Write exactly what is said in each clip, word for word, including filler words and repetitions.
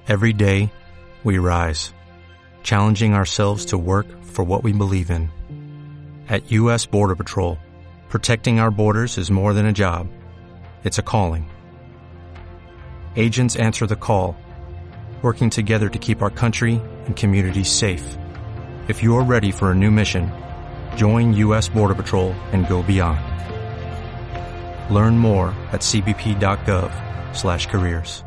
Every day, we rise, challenging ourselves to work for what we believe in. At U S Border Patrol, protecting our borders is more than a job. It's a calling. Agents answer the call, working together to keep our country and communities safe. If you're ready for a new mission, join U S Border Patrol and go beyond. Learn more at c b p dot gov slash careers.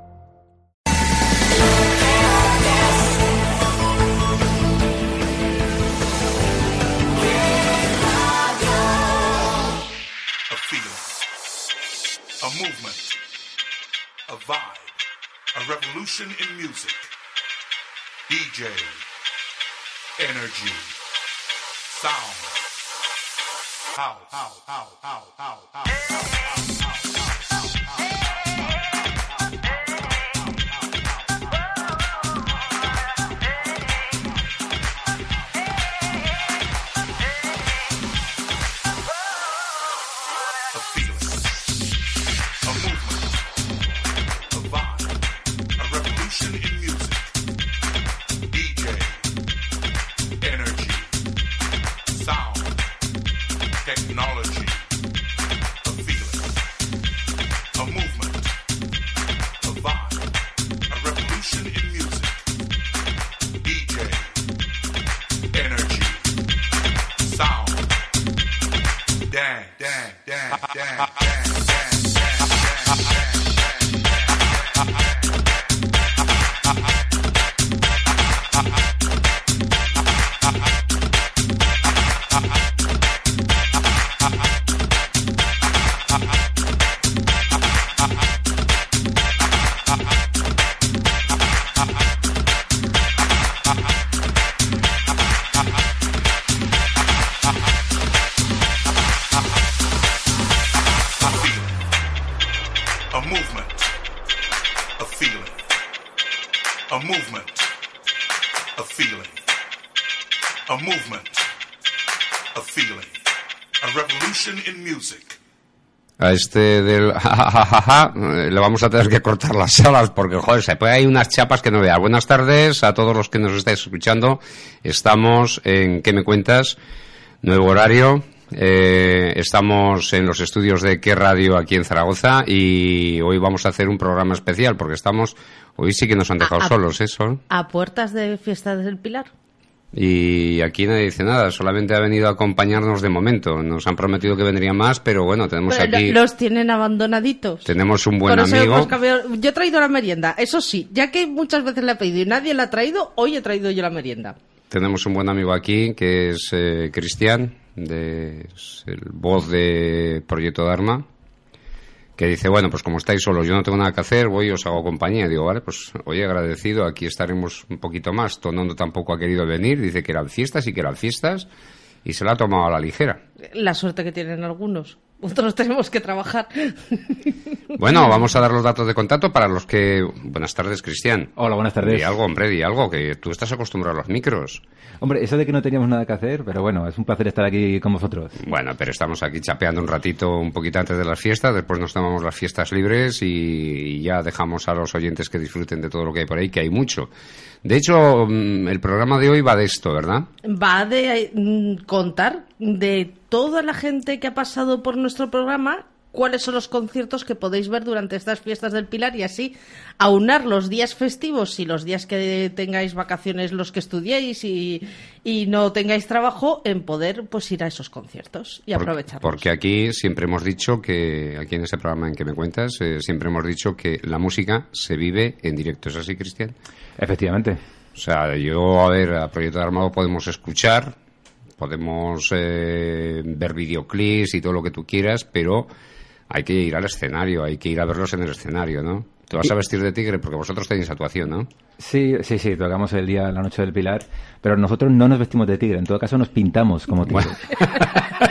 A movement, a vibe, a revolution in music. D J, energy, sound, house, house, house, house, house, house, house, house, house. A este del jajajaja le vamos a tener que cortar las alas porque, joder, se puede, hay unas chapas que no veas. Buenas tardes a todos los que nos estáis escuchando. Estamos en ¿Qué me cuentas? Nuevo horario. Eh, estamos en los estudios de Qué Radio aquí en Zaragoza y hoy vamos a hacer un programa especial porque estamos... Hoy sí que nos han dejado a, solos, ¿eh, Sol? A puertas de Fiestas del Pilar. Y aquí nadie dice nada, solamente ha venido a acompañarnos de momento. Nos han prometido que vendrían más, pero bueno, tenemos pero aquí... Los tienen abandonaditos. Tenemos un buen Por eso amigo. hemos cambiado... Yo he traído la merienda, eso sí, ya que muchas veces le he pedido y nadie la ha traído, hoy he traído yo la merienda. Tenemos un buen amigo aquí, que es eh, Cristian, de, es el voz de Proyecto Dharma, que dice, bueno, pues como estáis solos, yo no tengo nada que hacer, voy y os hago compañía. Digo, vale, pues oye, agradecido, aquí estaremos un poquito más. Tonondo tampoco ha querido venir, dice que eran fiestas y que eran fiestas, y se la ha tomado a la ligera. La suerte que tienen algunos. Otros tenemos que trabajar. Bueno, vamos a dar los datos de contacto para los que... Buenas tardes, Cristian. Hola, buenas tardes. Di algo, hombre, di algo, que tú estás acostumbrado a los micros. Hombre, eso de que no teníamos nada que hacer, pero bueno, es un placer estar aquí con vosotros. Bueno, pero estamos aquí chapeando un ratito, un poquito antes de las fiestas, después nos tomamos las fiestas libres y ya dejamos a los oyentes que disfruten de todo lo que hay por ahí, que hay mucho. De hecho, el programa de hoy va de esto, ¿verdad? Va de mm, contar de toda la gente que ha pasado por nuestro programa, cuáles son los conciertos que podéis ver durante estas fiestas del Pilar y así aunar los días festivos y los días que tengáis vacaciones los que estudiéis y, y no tengáis trabajo en poder pues ir a esos conciertos y aprovecharlos. Porque aquí siempre hemos dicho que, aquí en ese programa en que me cuentas, eh, siempre hemos dicho que la música se vive en directo. ¿Es así, Cristian? Efectivamente. O sea, yo, a ver, a Proyecto Armado podemos escuchar, podemos eh, ver videoclips y todo lo que tú quieras, pero hay que ir al escenario, hay que ir a verlos en el escenario, ¿no? Te vas a vestir de tigre porque vosotros tenéis actuación, ¿no? Sí, sí, sí, tocamos el día, la noche del Pilar, pero nosotros no nos vestimos de tigre, en todo caso nos pintamos como tigres. Bueno.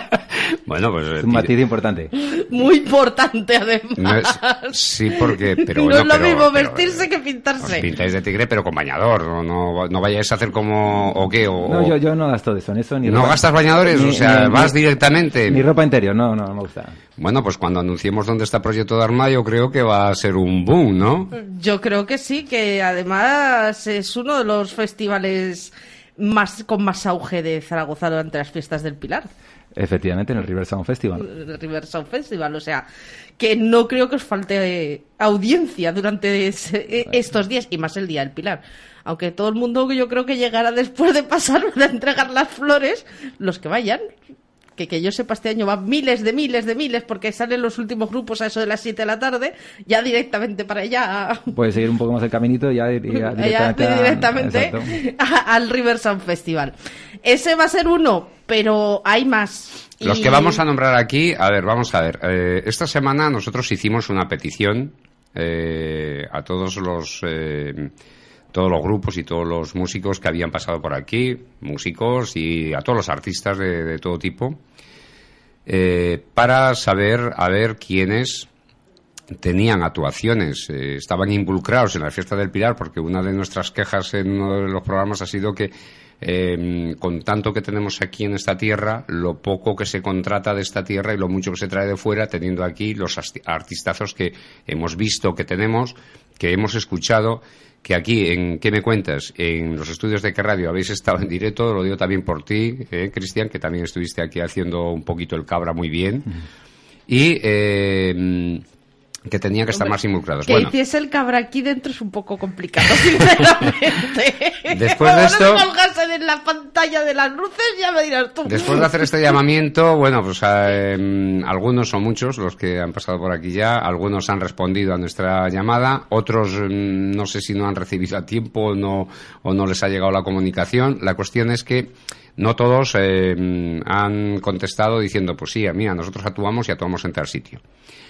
Bueno, pues... Es un matiz importante. Muy importante, además. No es, sí, porque... Pero, no bueno, es lo pero, mismo pero, vestirse eh, que Os pintarse. pintáis de tigre, pero con bañador. No, no, no vayáis a hacer como... ¿O qué? O, No, yo, yo no gasto de eso, en eso. Ni ¿No ropa- gastas bañadores? ni- O sea, ni- vas ni- directamente... Ni ropa interior, no, no, no me gusta. Bueno, pues cuando anunciemos dónde está Proyecto Dharma, yo creo que va a ser un boom, ¿no? Yo creo que sí, que además es uno de los festivales más con más auge de Zaragoza durante las fiestas del Pilar. Efectivamente, en el River Sound Festival. El River Sound Festival, o sea, que no creo que os falte eh, audiencia durante ese- eh, estos días, y más el Día del Pilar. Aunque todo el mundo yo creo que llegará después de pasar a entregar las flores, los que vayan. Que, que yo sepa, este año van miles de miles de miles, porque salen los últimos grupos a eso de las siete de la tarde, ya directamente para allá. Puedes seguir un poco más el caminito y ya ir ir Ya directamente, a- directamente exacto. a- al River Sound Festival. Ese va a ser uno, pero hay más. Los Y- que vamos a nombrar aquí, a ver, vamos a ver. Eh, esta semana nosotros hicimos una petición eh, a todos los eh, todos los grupos y todos los músicos que habían pasado por aquí, músicos y a todos los artistas de, de todo tipo, eh, para saber a ver quiénes tenían actuaciones, eh, estaban involucrados en la fiesta del Pilar, porque una de nuestras quejas en uno de los programas ha sido que eh, con tanto que tenemos aquí en esta tierra, lo poco que se contrata de esta tierra y lo mucho que se trae de fuera, teniendo aquí los asti- artistazos que hemos visto, que tenemos, que hemos escuchado, que aquí en ¿Qué me cuentas? En los estudios de Qué Radio habéis estado en directo, lo digo también por ti, eh, Cristian, que también estuviste aquí haciendo un poquito el cabra muy bien. Y... Eh, que tenían que estar Hombre, más involucrados. Que Bueno, hiciese el cabra aquí dentro es un poco complicado, sinceramente. Después de Ahora esto- de colgarse en la pantalla de las luces, ya me dirás tú. después de hacer este llamamiento, bueno, pues eh, algunos son muchos los que han pasado por aquí ya, algunos han respondido a nuestra llamada, otros mm, no sé si no han recibido a tiempo o no, o no les ha llegado la comunicación. La cuestión es que no todos eh, han contestado diciendo, pues sí, mira, nosotros actuamos y actuamos en tal sitio.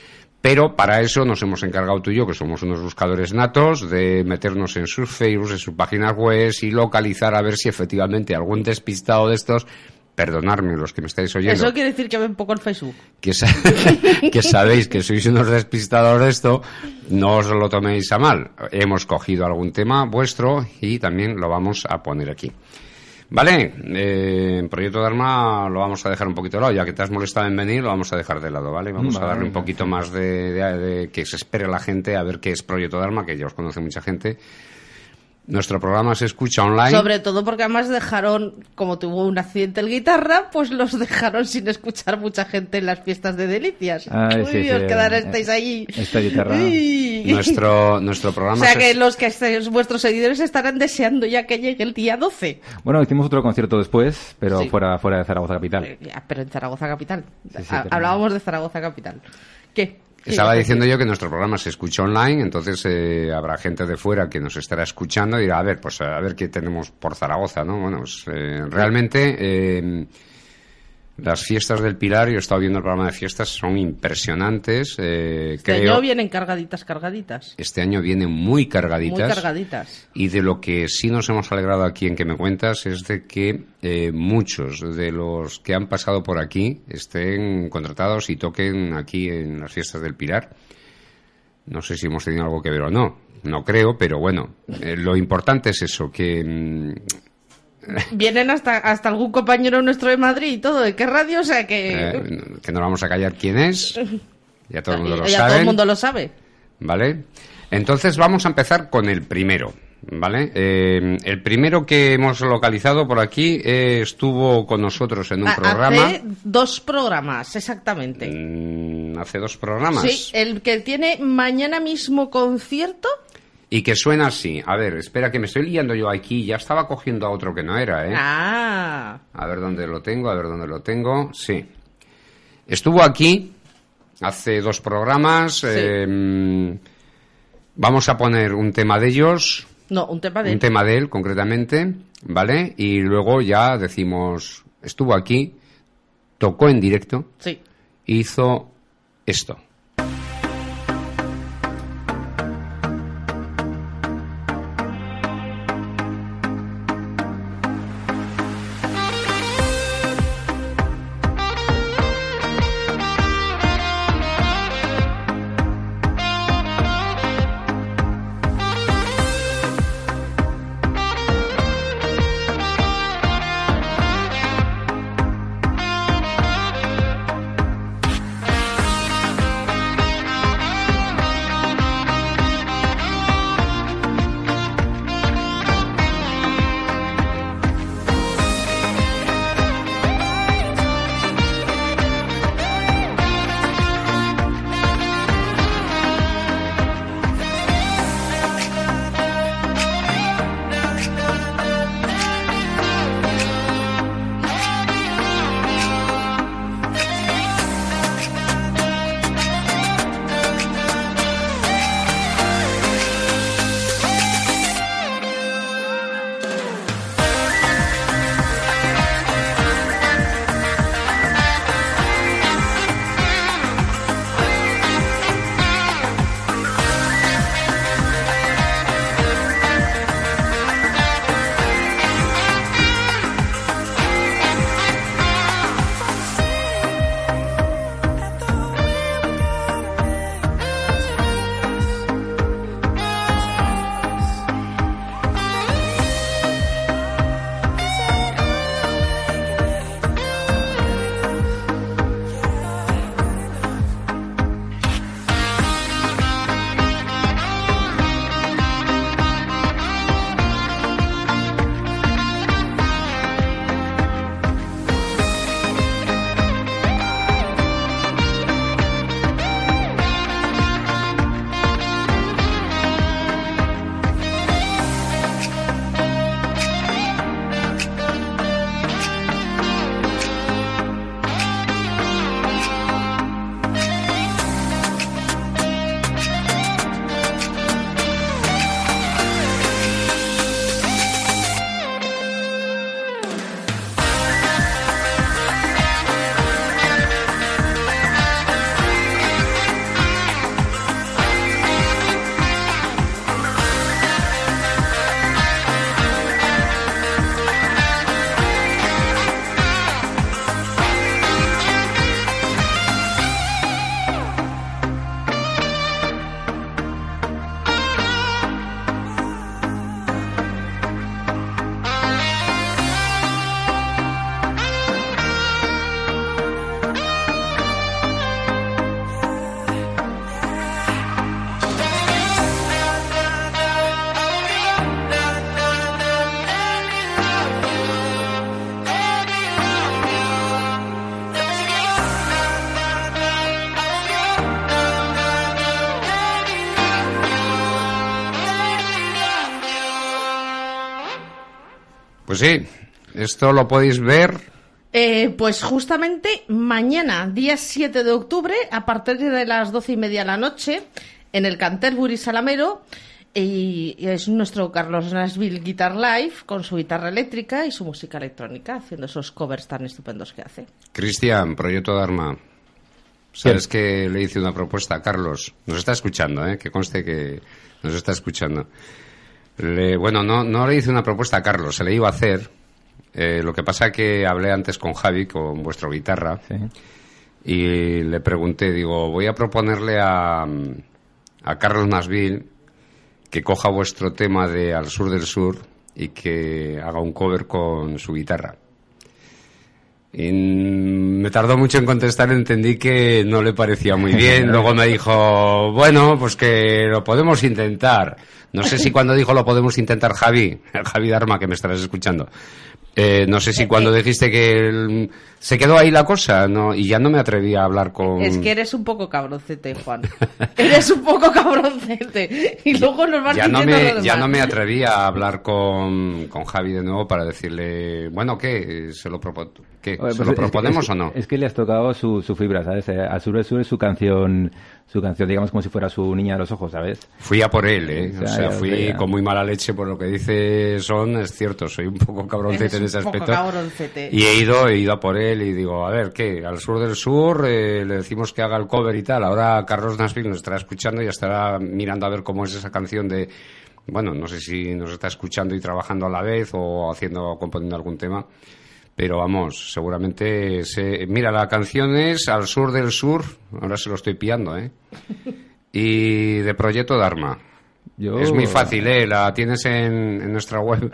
Pero para eso nos hemos encargado tú y yo, que somos unos buscadores natos, de meternos en sus Facebook, en sus páginas web y localizar a ver si efectivamente algún despistado de estos, perdonadme los que me estáis oyendo, Eso quiere decir que ven poco el Facebook. que, sa- que sabéis que sois unos despistados de esto, no os lo toméis a mal. Hemos cogido algún tema vuestro y también lo vamos a poner aquí. Vale, eh, en Proyecto Dharma lo vamos a dejar un poquito de lado, ya que te has molestado en venir, lo vamos a dejar de lado, ¿vale? Vamos Vale, a darle un poquito más de, de- de que se espere la gente a ver qué es Proyecto Dharma, que ya os conoce mucha gente. Nuestro programa se escucha online. Sobre todo porque además dejaron, como tuvo un accidente el guitarra, pues los dejaron sin escuchar mucha gente en las fiestas de Delicias. Ay, Uy, sí, sí, os quedará, eh, estáis ahí. esta guitarra. Uy. Nuestro, nuestro O programa sea se que es- los que estéis- vuestros seguidores estarán deseando ya que llegue el día doce. Bueno, hicimos otro concierto después, pero Sí. fuera, fuera de Zaragoza Capital. Eh, ya, pero en Zaragoza Capital. Sí, sí, Ha- pero- Hablábamos de Zaragoza Capital. ¿Qué? Estaba ¿Qué? diciendo yo que nuestro programa se escucha online, entonces eh, habrá gente de fuera que nos estará escuchando y dirá, a ver, pues a ver qué tenemos por Zaragoza, ¿no? Bueno, pues, eh, realmente eh, las fiestas del Pilar, yo he estado viendo el programa de fiestas, son impresionantes. Eh, Este creo año vienen cargaditas, cargaditas. este año vienen muy cargaditas. Muy cargaditas. Y de lo que sí nos hemos alegrado aquí en Que me cuentas es de que eh, muchos de los que han pasado por aquí estén contratados y toquen aquí en las fiestas del Pilar. No sé si hemos tenido algo que ver o no, no creo, pero bueno, eh, lo importante es eso, que mm, Vienen hasta, hasta algún compañero nuestro de Madrid y todo. ¿De qué radio? O sea que... eh, que no vamos a callar quién es, ya todo el mundo lo ya sabe. todo el mundo lo sabe. ¿Vale? Entonces vamos a empezar con el primero, ¿vale? Eh, el primero que hemos localizado por aquí eh, estuvo con nosotros en un Ha- programa. Hace dos programas, exactamente. mm, hace dos programas. Sí, el que tiene mañana mismo concierto. Y que suena así. A ver, espera que me estoy liando yo aquí. Ya estaba cogiendo a otro que no era, ¿eh? Ah, A ver dónde lo tengo, a ver dónde lo tengo. Sí. Estuvo aquí hace dos programas. Sí. eh, vamos a poner un tema de ellos. no, un tema de... Un tema de él, concretamente, ¿vale? Y luego ya decimos, estuvo aquí, tocó en directo, Sí. hizo esto. Pues sí, esto lo podéis ver. Eh, pues justamente mañana, día siete de octubre, a partir de las doce y media de la noche, en el Canterbury Salamero, y es nuestro Carlos Nashville Guitar Live, con su guitarra eléctrica y su música electrónica, haciendo esos covers tan estupendos que hace. Cristian, Proyecto Dharma. Sabes que le hice una propuesta a Carlos. Nos está escuchando, ¿eh? Que conste que nos está escuchando. Le, bueno, no, no le hice una propuesta a Carlos, se le iba a hacer. Eh, lo que pasa que hablé antes con Javi, con vuestro guitarra, sí. Y le pregunté, digo, voy a proponerle a, a Carlos Nashville que coja vuestro tema de Al Sur del Sur y que haga un cover con su guitarra. Y me tardó mucho en contestar, entendí que no le parecía muy bien. Luego me dijo, bueno, pues que lo podemos intentar. No sé si cuando dijo lo podemos intentar Javi, Javi Dharma, que me estarás escuchando. Eh, no sé si cuando dijiste que el, se quedó ahí la cosa, no, y ya no me atreví a hablar con... Es que eres un poco cabroncete, Juan. Eres un poco cabroncete. Y luego nos vas ya no diciendo me, lo demás. Ya no me atreví a hablar con, con Javi de nuevo para decirle, bueno, ¿qué? ¿Se lo, propo ¿qué? Oye, ¿Se pues lo es, proponemos es, o no? Es que le has tocado su, su fibra, ¿sabes? Eh, Al Sur del Sur es su canción, su canción, digamos, como si fuera su niña de los ojos, ¿sabes? Fui a por él, ¿eh? O sea, o sea fui veía. con muy mala leche por lo que dice Son, es cierto, soy un poco cabroncete en ese aspecto. Y he ido, he ido a por él y digo, a ver, ¿qué? Al Sur del Sur eh, le decimos que haga el cover y tal. Ahora Carlos Nashville nos estará escuchando y estará mirando a ver cómo es esa canción de... Bueno, no sé si nos está escuchando y trabajando a la vez o haciendo, componiendo algún tema. Pero vamos, seguramente... Se... Mira, la canción es Al Sur del Sur. Ahora se lo estoy pillando, ¿eh? Y de Proyecto Dharma. Yo... Es muy fácil, ¿eh? La tienes en, en nuestra web.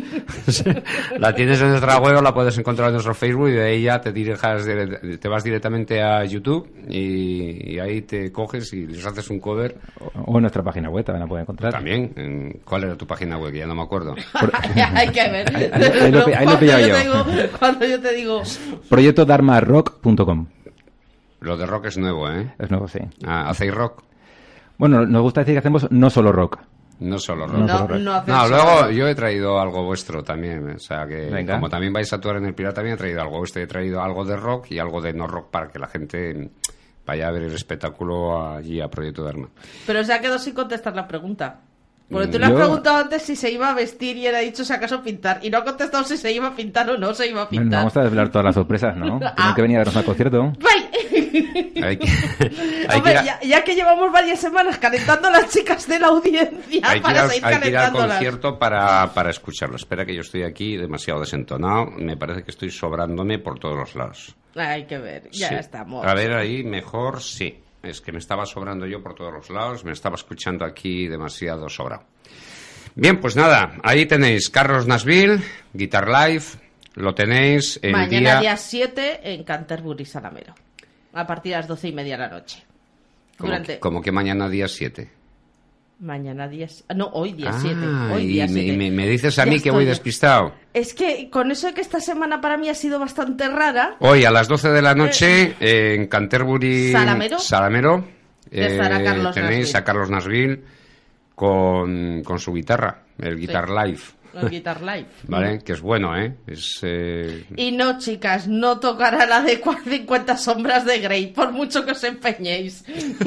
La tienes en nuestra web o la puedes encontrar en nuestro Facebook y de ahí ya te dirijas, te vas directamente a YouTube y, y ahí te coges y les haces un cover. O en nuestra página web también la puedes encontrar. También. En, ¿cuál era tu página web? Que ya no me acuerdo. Por... Hay que ver. Ahí, ahí, ahí lo, ahí lo he pillado yo. Digo, cuando yo te digo... proyecto dharma rock punto com. Lo de rock es nuevo, ¿eh? Es nuevo, sí. Ah, ¿hacéis rock? Bueno, nos gusta decir que hacemos no solo rock. No solo rock. No, no, solo rock. no, no luego yo he traído algo vuestro también. O sea que Venga. Como también vais a actuar en el Pirata, también he traído algo vuestro. He traído algo de rock y algo de no rock para que la gente vaya a ver el espectáculo allí a Proyecto Dharma. Pero se ha quedado sin contestar la pregunta. Porque tú le has Yo... preguntado antes si se iba a vestir y él ha dicho si acaso pintar. Y no ha contestado si se iba a pintar o no se iba a pintar. Bueno, vamos a desvelar todas las sorpresas, ¿no? Ah. Tienen que venir a vernos al concierto. Hay que, hay Hombre, que a... ya, ya que llevamos varias semanas calentando a las chicas de la audiencia hay para que seguir hay que ir al calentándolas. concierto para, para escucharlo. Espera que yo estoy aquí demasiado desentonado. Me parece que estoy sobrándome por todos los lados. Hay que ver, ya Sí. estamos. A ver, ahí mejor sí. Es que me estaba sobrando yo por todos los lados. Me estaba escuchando aquí demasiado sobrado. Bien, pues nada, ahí tenéis Carlos Nashville, Guitar Live, lo tenéis el Mañana día... día siete en Canterbury Salamero, a partir de las doce y media de la noche. Como, Durante... que, como que mañana día siete. Mañana día... No, hoy día Ah, siete. Hoy y día me, siete. me, me dices a Ya mí que estoy voy ya. despistado. Es que con eso de que esta semana para mí ha sido bastante rara... Hoy a las doce de la noche eh, en Canterbury Salamero. Salamero Estará eh, Carlos tenéis Nashville. a Carlos Nashville con, con su guitarra, el Guitar Sí. Live. El Guitar Live. ¿Vale? Que es bueno, ¿eh? Es, eh... Y no, chicas, no tocará la de cincuenta sombras de Grey, por mucho que os empeñéis.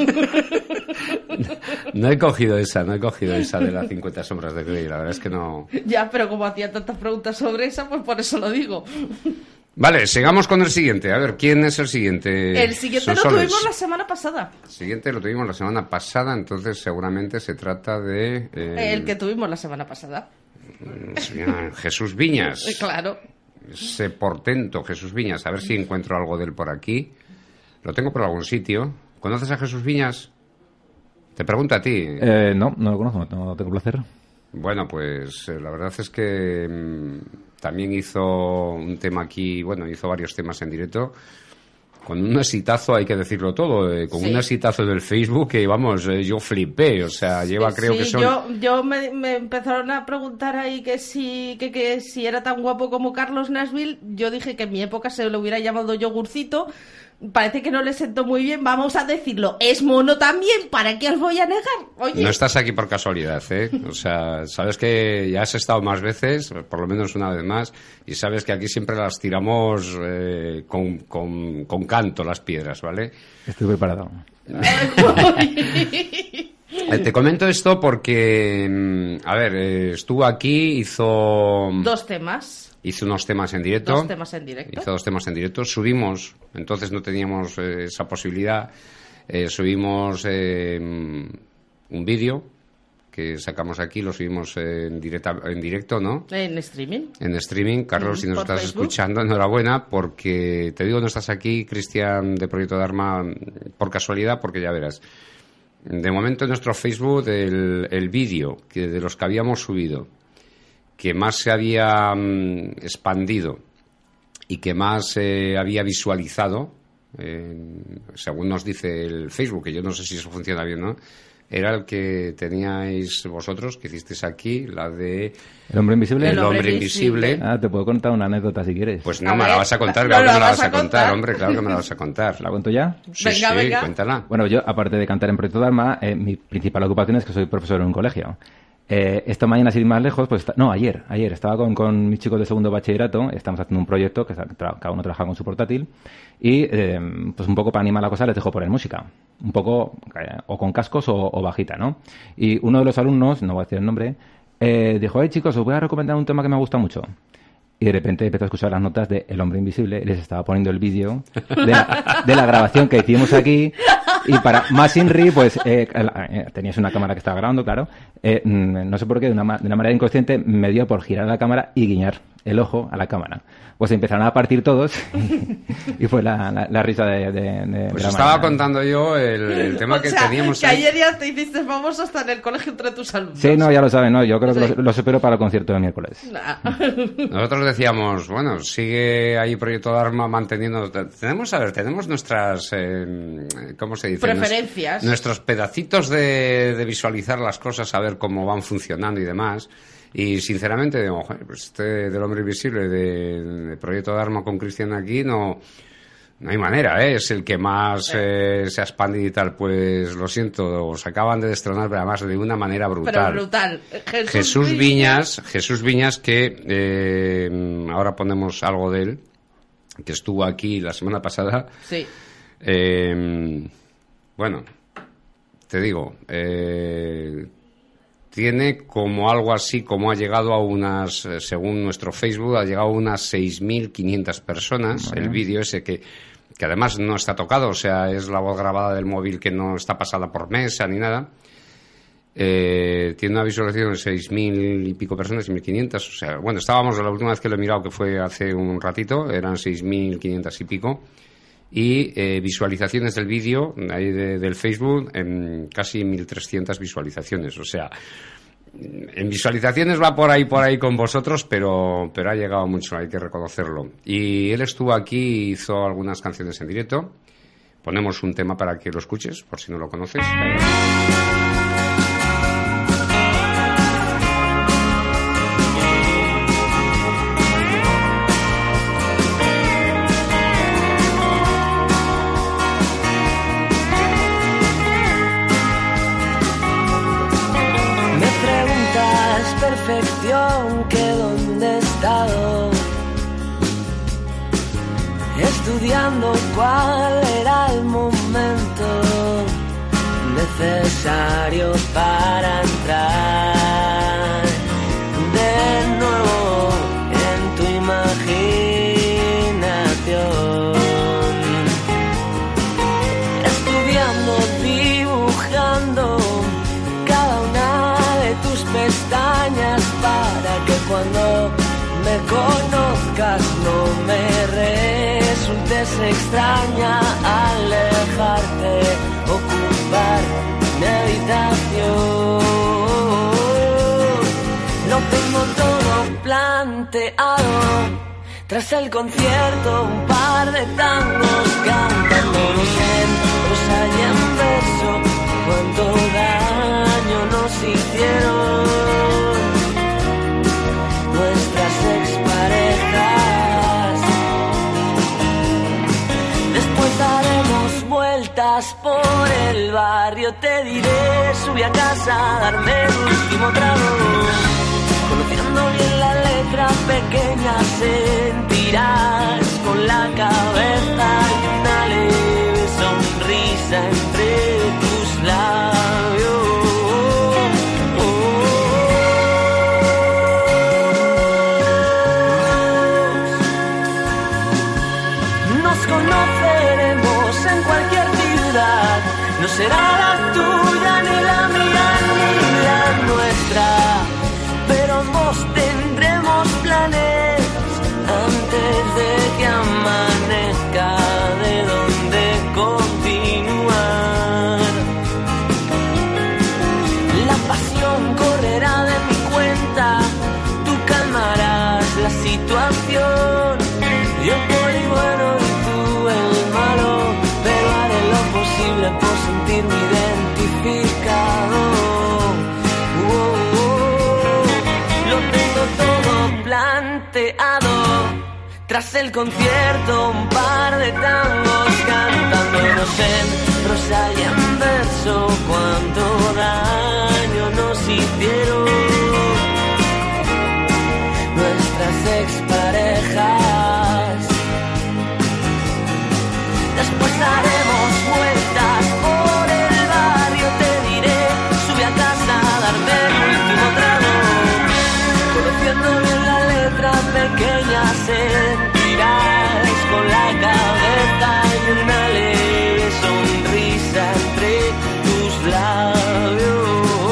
No he cogido esa, no he cogido esa de las cincuenta sombras de Grey, la verdad es que no... Ya, pero como hacía tantas preguntas sobre esa, pues por eso lo digo. Vale, sigamos con el siguiente. A ver, ¿quién es el siguiente? El siguiente lo Sonsoles. tuvimos la semana pasada. El siguiente lo tuvimos la semana pasada, entonces seguramente se trata de... eh, El que tuvimos la semana pasada. Jesús Viñas. Eh, Claro. Ese portento Jesús Viñas. A ver si encuentro algo de él por aquí. Lo tengo por algún sitio. ¿Conoces a Jesús Viñas? Te pregunto a ti. Eh, no, no lo conozco, no tengo placer. Bueno, pues eh, la verdad es que mmm, también hizo un tema aquí, bueno, hizo varios temas en directo, con un exitazo, hay que decirlo todo, eh, con Sí. un exitazo del Facebook que, vamos, eh, yo flipé, o sea, lleva creo Sí, que son... yo, yo me, me empezaron a preguntar ahí que si, que, que si era tan guapo como Carlos Nashville. Yo dije que en mi época se lo hubiera llamado yogurcito, parece que no le sentó muy bien, vamos a decirlo, es mono también, ¿para qué os voy a negar? Oye. No estás aquí por casualidad, ¿eh? O sea, sabes que ya has estado más veces, por lo menos una vez más, y sabes que aquí siempre las tiramos eh, con, con, con canto las piedras, ¿vale? Estoy preparado. Eh, te comento esto porque, a ver, eh, estuvo aquí, hizo... Dos temas. Hizo unos temas en directo. Dos temas en directo. Hizo dos temas en directo. Subimos, entonces no teníamos eh, esa posibilidad, eh, subimos eh, un vídeo que sacamos aquí, lo subimos en, directa, en directo, ¿no? En streaming. En streaming. Carlos, mm, si nos estás Facebook. escuchando, enhorabuena, porque te digo, no estás aquí, Cristian, de Proyecto Dharma, por casualidad, porque ya verás. De momento en nuestro Facebook, el, el vídeo que de los que habíamos subido, que más se había um, expandido y que más eh, había visualizado, eh, según nos dice el Facebook, que yo no sé si eso funciona bien, ¿no? Era el que teníais vosotros, que hicisteis aquí, la de... ¿El hombre invisible? El hombre invisible. Ah, te puedo contar una anécdota si quieres. Pues no A me ver, la vas a contar, no claro la que me la vas vas a a contar, contar. hombre, claro que me la vas a contar. ¿La cuento ya? Sí, Venga, sí, venga. cuéntala. Bueno, yo, aparte de cantar en Proyecto Dharma, eh, mi principal ocupación es que soy profesor en un colegio. Eh, esta mañana, sin ir más lejos, pues... Está, no, ayer, ayer. Estaba con, con mis chicos de segundo bachillerato, estamos haciendo un proyecto, que tra- cada uno trabaja con su portátil, y eh, pues un poco para animar la cosa les dejo poner música. Un poco, eh, o con cascos o, o bajita, ¿no? Y uno de los alumnos, no voy a decir el nombre, eh, dijo, hey chicos, os voy a recomendar un tema que me gusta mucho. Y de repente empezó a escuchar las notas de El hombre invisible y les estaba poniendo el vídeo de la, de la grabación que hicimos aquí. Y para más Inri, pues eh, eh, tenías una cámara que estaba grabando, claro. Eh, no sé por qué, de una, de una manera inconsciente, me dio por girar la cámara y guiñar el ojo a la cámara. Pues empezaron a partir todos y fue la, la, la risa de, de, de Pues de la estaba mañana. contando yo el, el tema O que sea, teníamos que ahí. ayer ya te hiciste famoso hasta en el colegio entre tus alumnos. Sí, no, ya lo saben, ¿no? Yo creo que Sí. los, los espero para el concierto de miércoles. Nah. Nosotros decíamos, bueno, sigue ahí Proyecto Dharma manteniendo... Tenemos, a ver, tenemos nuestras... Eh, ¿cómo se dice? Preferencias. Nues- nuestros pedacitos de, de visualizar las cosas, a ver cómo van funcionando y demás. Y sinceramente, digo, joder, pues este del hombre invisible de, de Proyecto Dharma con Cristian aquí no... No hay manera, ¿eh? Es el que más eh, se ha expandido y tal. Pues lo siento, os acaban de destronar, pero además de una manera brutal. Pero brutal. Jesús, Jesús Viñas. Viñas, Jesús Viñas, que eh, ahora ponemos algo de él, que estuvo aquí la semana pasada. Sí. Eh, bueno, te digo, eh, tiene como algo así, como ha llegado a unas, eh, según nuestro Facebook, ha llegado a unas seis mil quinientas personas, Bueno. el vídeo ese que, que además no está tocado, o sea, es la voz grabada del móvil que no está pasada por mesa ni nada. Eh, tiene una visualización de seis mil y pico personas, seis mil quinientas, o sea, bueno, estábamos la última vez que lo he mirado, que fue hace un ratito, eran seis mil quinientas y pico, y eh, visualizaciones del vídeo ahí de, del Facebook en casi mil trescientas visualizaciones, o sea, en visualizaciones va por ahí, por ahí con vosotros, pero, pero ha llegado mucho, hay que reconocerlo. Y él estuvo aquí, hizo algunas canciones en directo, ponemos un tema para que lo escuches, por si no lo conoces. Me preguntas perfección que dónde he estado, estudiando cuál era el momento necesario para entrar de nuevo en tu imaginación, estudiando, dibujando cada una de tus pestañas para que cuando me conozcas no me resultes extraña al dejarte ocupar mi habitación. Lo tengo todo planteado, tras el concierto un par de tangos cantándonos en prosa y en verso. Cuánto daño nos hicieron nuestras exparejas. Después a casa a darme el último trago. Conociendo bien la letra pequeña sentirás con la cabeza y una leve sonrisa entre tus labios. Nos conoceremos en cualquier ciudad, no será la tuya ni la mía ni la nuestra, pero ambos tendremos planes antes de que amanezca de donde continuar. La pasión correrá de mi cuenta, tú calmarás la situación. Yo soy bueno y tú el malo, pero haré lo posible por sentirme identificado. Oh, oh, oh. Lo tengo todo planteado. Tras el concierto un par de tangos cantándonos en prosa y en verso. Cuánto daño nos hicieron nuestras exparejas. Después daremos vueltas por el barrio, te diré, sube a casa a darme el último trago. Conociendo bien la letra pequeña sentirás con la cabeza y una leve sonrisa entre tus labios.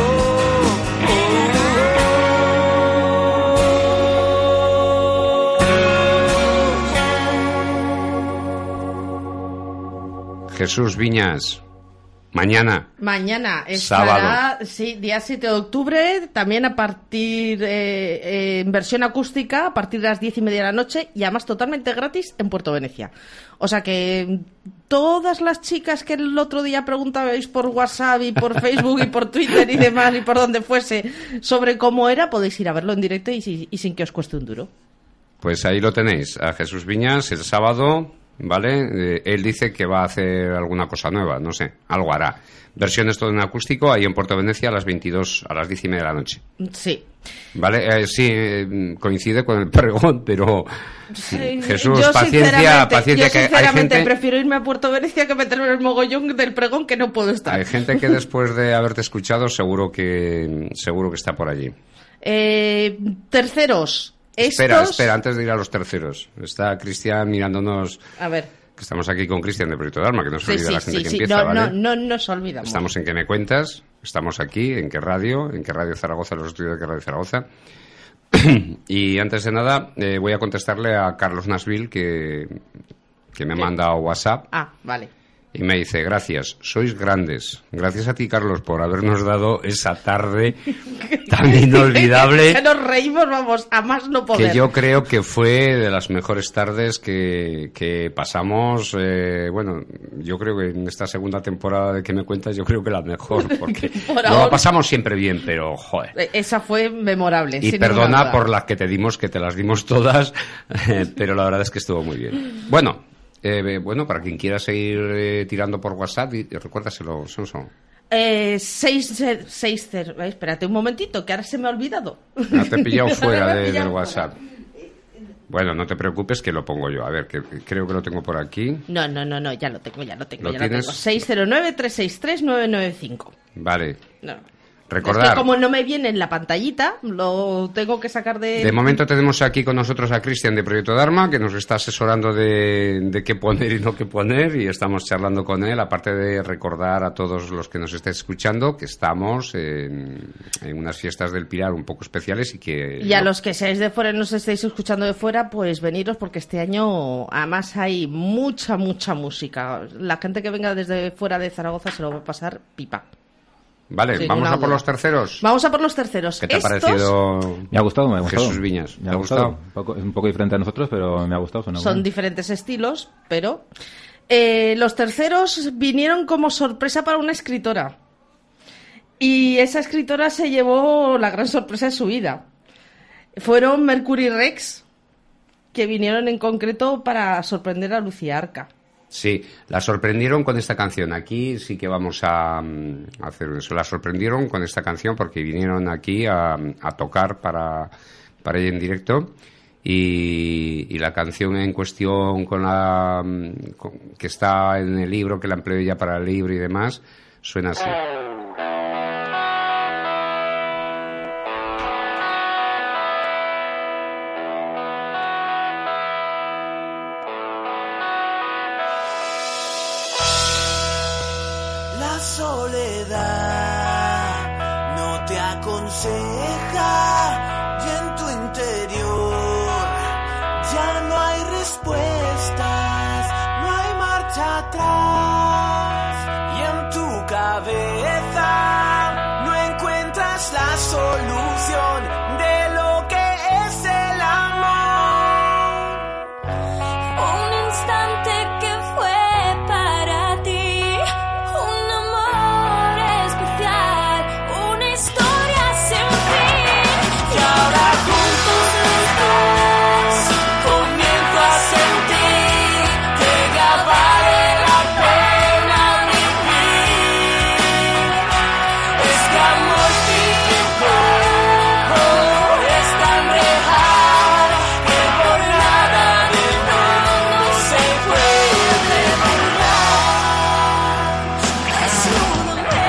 Jesús Viñas, mañana. Mañana estará, Sábado. Sí, día siete de octubre, también a partir, eh, eh, en versión acústica, a partir de las diez y media de la noche, y además totalmente gratis en Puerto Venecia. O sea que todas las chicas que el otro día preguntabais por WhatsApp y por Facebook y por Twitter y demás, y por donde fuese, sobre cómo era, podéis ir a verlo en directo y, y sin que os cueste un duro. Pues ahí lo tenéis, a Jesús Viñas, el sábado, ¿vale? Eh, él dice que va a hacer alguna cosa nueva, no sé, algo hará. Versiones todo en acústico, ahí en Puerto Venecia a las veintidós, a las diez y media de la noche. Sí. Vale, eh, sí, eh, coincide con el pregón, pero Sí, Jesús, yo paciencia, sinceramente- paciencia, yo que hay sinceramente gente, prefiero irme a Puerto Venecia que meterme en el mogollón del pregón, que no puedo estar. hay gente que después de haberte escuchado seguro que seguro que está por allí. Eh, terceros. Espera, estos... espera, antes de ir a los terceros. Está Cristian mirándonos, A ver. que estamos aquí con Cristian de Proyecto Dharma, que no se Sí, olvida sí, la gente sí, que sí. empieza, No, ¿vale? no, no nos olvidamos. Estamos en ¿Qué me cuentas? Estamos aquí, en qué radio, en qué radio Zaragoza, los estudios de qué radio Zaragoza. Y antes de nada, eh, voy a contestarle a Carlos Nasville, que, que me ¿Qué? manda WhatsApp. Ah, vale. Y me dice, gracias, sois grandes. Gracias a ti, Carlos, por habernos dado esa tarde tan inolvidable. Que nos reímos, vamos, a más no poder. Que yo creo que fue de las mejores tardes que, que pasamos. Eh, bueno, yo creo que en esta segunda temporada de ¿Qué me cuentas? Yo creo que la mejor, porque Por no ahora. la pasamos siempre bien, pero joder. Eh, Esa fue memorable. Y sin perdona ninguna duda. por las que te dimos, que te las dimos todas, eh, pero la verdad es que estuvo muy bien. Bueno, eh, bueno, para quien quiera seguir eh, tirando por WhatsApp, y, y recuérdaselo, Sonso. Eh, seis, eh, seis, cero. Eh, espérate un momentito, que ahora se me ha olvidado. No te he pillado fuera Me he de- pillado del fuera. WhatsApp. Bueno, no te preocupes que lo pongo yo. A ver, que que creo que lo tengo por aquí. No, no, no, no, ya lo tengo, ya lo tengo, ¿Lo ya tienes? lo tengo. seis cero nueve, tres seis tres, nueve nueve cinco. Vale. No. Recordar. Es que como no me viene en la pantallita, lo tengo que sacar de... De momento tenemos aquí con nosotros a Cristian de Proyecto Dharma, que nos está asesorando de, de qué poner y no qué poner, y estamos charlando con él, aparte de recordar a todos los que nos estén escuchando que estamos en, en unas fiestas del Pilar un poco especiales y que... Y a los que seáis de fuera y nos estéis escuchando de fuera, pues veniros, porque este año además hay mucha, mucha música. La gente que venga desde fuera de Zaragoza se lo va a pasar pipa. Vale, Sin vamos ninguna a por duda. los terceros. Vamos a por los terceros. ¿Qué te ha Estos- parecido? Me ha gustado, me ha gustado. Jesús Viñas, Me ¿te ha ha gustado. gustado? Un poco- es un poco diferente a nosotros, pero me ha gustado. suena Son bueno. diferentes estilos, pero... eh, los terceros vinieron como sorpresa para una escritora. Y esa escritora se llevó la gran sorpresa de su vida. Fueron Mercury Rex, que vinieron en concreto para sorprender a Lucía Arca. Sí, la sorprendieron con esta canción. Aquí sí que vamos a, a hacer eso. La sorprendieron con esta canción porque vinieron aquí a, a tocar para, para ella en directo. Y, y la canción en cuestión con la con, que está en el libro, que la empleó ella para el libro y demás, suena así. La soledad no te aconseja y en tu interior ya no hay respuestas, no hay marcha atrás y en tu cabeza no encuentras la solución de lo que es el amor. Un instante que fue para ti, un amor especial, una historia sin fin. Y ahora juntos los dos comienzo a sentir que ya vale la pena vivir. Este amor típico es tan real que por nada del mundo se puede burlar. Desnúdame,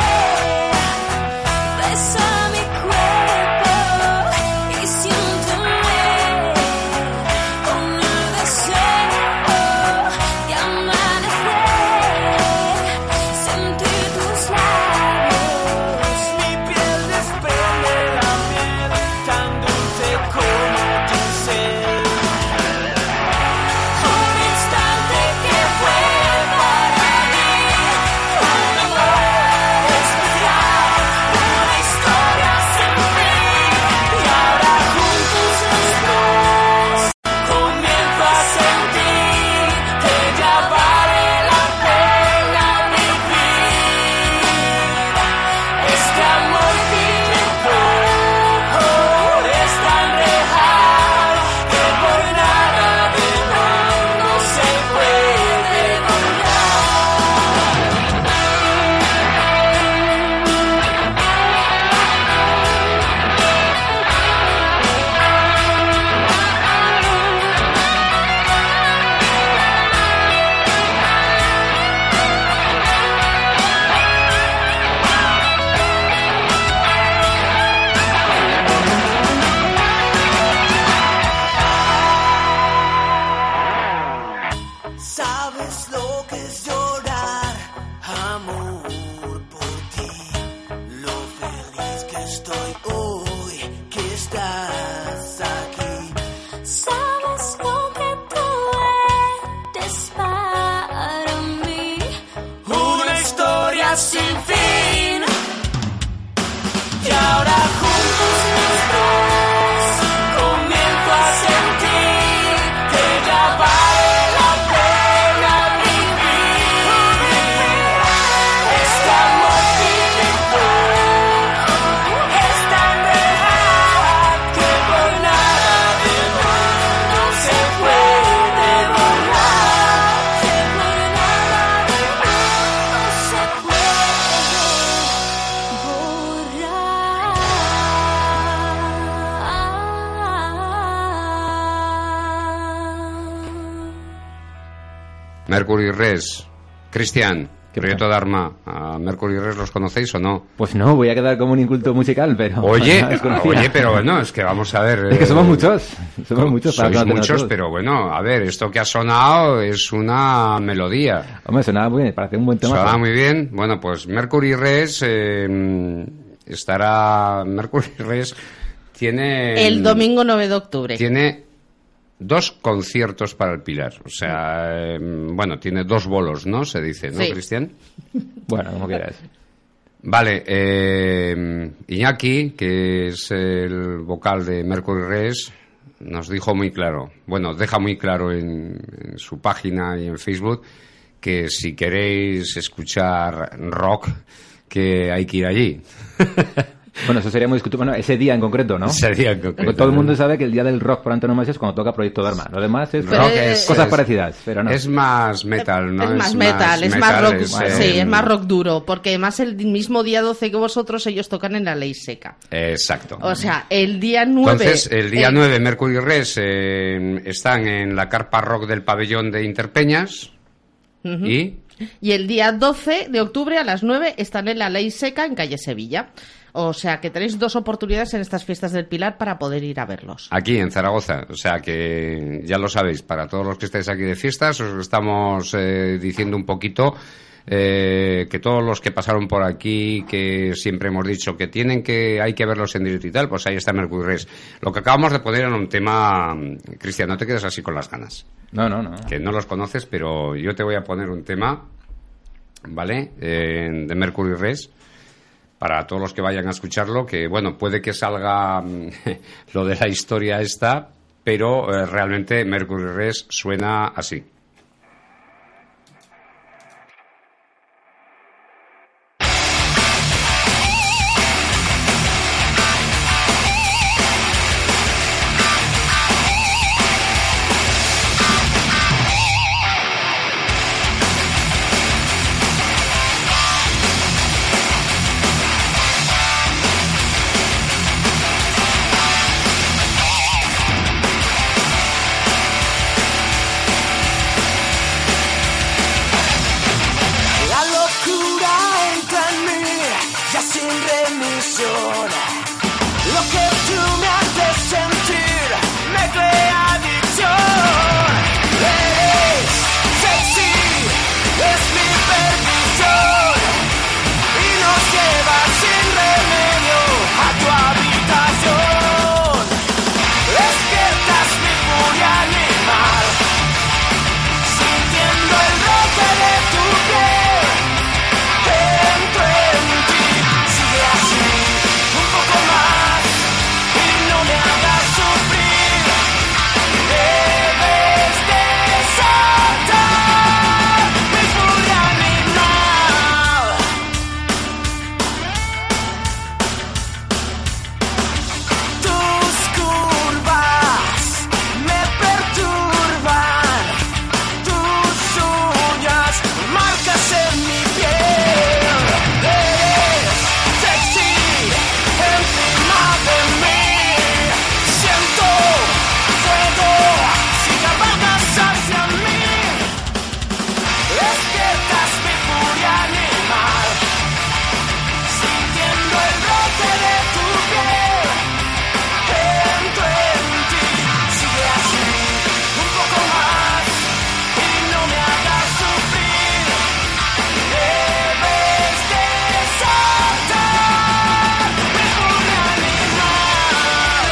besa mi cuerpo y siénteme con el deseo de amanecer, sentir tus labios. Mi piel desprende la miel tan dulce como tu ser. Un instante que fue para mí, un amor especial, una historia sin fin. Y ahora juntos los dos comienzo a sentir que ya vale la pena vivir. Este amor típico es tan real que por nada del mundo se puede burlar. Sabes lo que es llorar, amor, por ti. Lo feliz que estoy hoy que estás aquí. Sabes lo que tú eres para mí. Una historia sin fin. Y ahora juntos los dos comienzo a sentir que ya vale la pena vivir. Este amor típico es tan real que por nada del mundo se puede borrar. Que por nada del mundo se puede borrar. Mercury Res. Cristian, Proyecto Dharma. ¿A Mercury Res los conocéis o no? Pues no, voy a quedar como un inculto musical, pero... Oye, no desconocía. oye, pero bueno, es que vamos a ver... Es que eh, somos muchos, somos muchos. para Sois conocernos muchos, todos. pero bueno, a ver, esto que ha sonado es una melodía. Hombre, sonaba muy bien, parece un buen tema. Sonaba muy bien. Bueno, pues Mercury Res eh, estará... Mercury Res tiene... El domingo nueve de octubre. Tiene dos conciertos para el Pilar. O sea, eh, bueno, tiene dos bolos, ¿no? Se dice, ¿no, Sí. Cristian? Bueno, como quieras. Vale, eh, Iñaki, que es el vocal de Mercury Res, nos dijo muy claro, bueno, deja muy claro en, en su página y en Facebook, que si queréis escuchar rock, que hay que ir allí. Bueno, eso sería muy discutible. Bueno, ese día en concreto, ¿no? Ese día en concreto. Porque todo el mundo sabe que el día del rock por antonomasia es cuando toca Proyecto Dharma. Lo demás es, Rock es- cosas es- parecidas, pero no. Es más metal, ¿no? Es más metal, es más metal, rock, es, sí, eh, es más rock duro, porque además el mismo día doce que vosotros ellos tocan en la Ley Seca. Exacto. O sea, el día nueve... Entonces, el día eh, nueve, Mercury Res eh, están en la carpa rock del pabellón de Interpeñas. Y Y el día doce de octubre a las nueve están en la Ley Seca en calle Sevilla. O sea que tenéis dos oportunidades en estas fiestas del Pilar para poder ir a verlos. aquí en Zaragoza. O sea que ya lo sabéis, para todos los que estáis aquí de fiestas, os estamos eh, diciendo un poquito eh, que todos los que pasaron por aquí, que siempre hemos dicho que tienen que, hay que verlos en directo y tal, pues ahí está Mercury Res. Lo que acabamos de poner era un tema, Cristian, no te quedes así con las ganas. No, no, no. Que no los conoces, pero yo te voy a poner un tema, ¿vale? Eh, de Mercury Res, para todos los que vayan a escucharlo, que bueno, puede que salga mm, lo de la historia esta, pero eh, realmente Mercury Res suena así. La locura entra en mí, ya sin remisión. Lo que tú me haces sentir me crea adicción. Eres sexy, es mi perdición. Y nos llevas sin remedio a tu habitación. Despiertas mi furia animal, sintiendo el roce de tu piel. Entro en ti, sigue así, un poco más, y no me hagas sufrir. Debes desatar mi furia animal. Tus curvas me perturban, tus uñas marcas en mi piel. Eres sexy encima de mí, siento fuego si te apagas hacia mí. Despiertas mi furia animal, sintiendo el roce de tu piel. Entro en ti, sigue así, un poco más, y no me hagas sufrir. Debes desatar mi furia animal.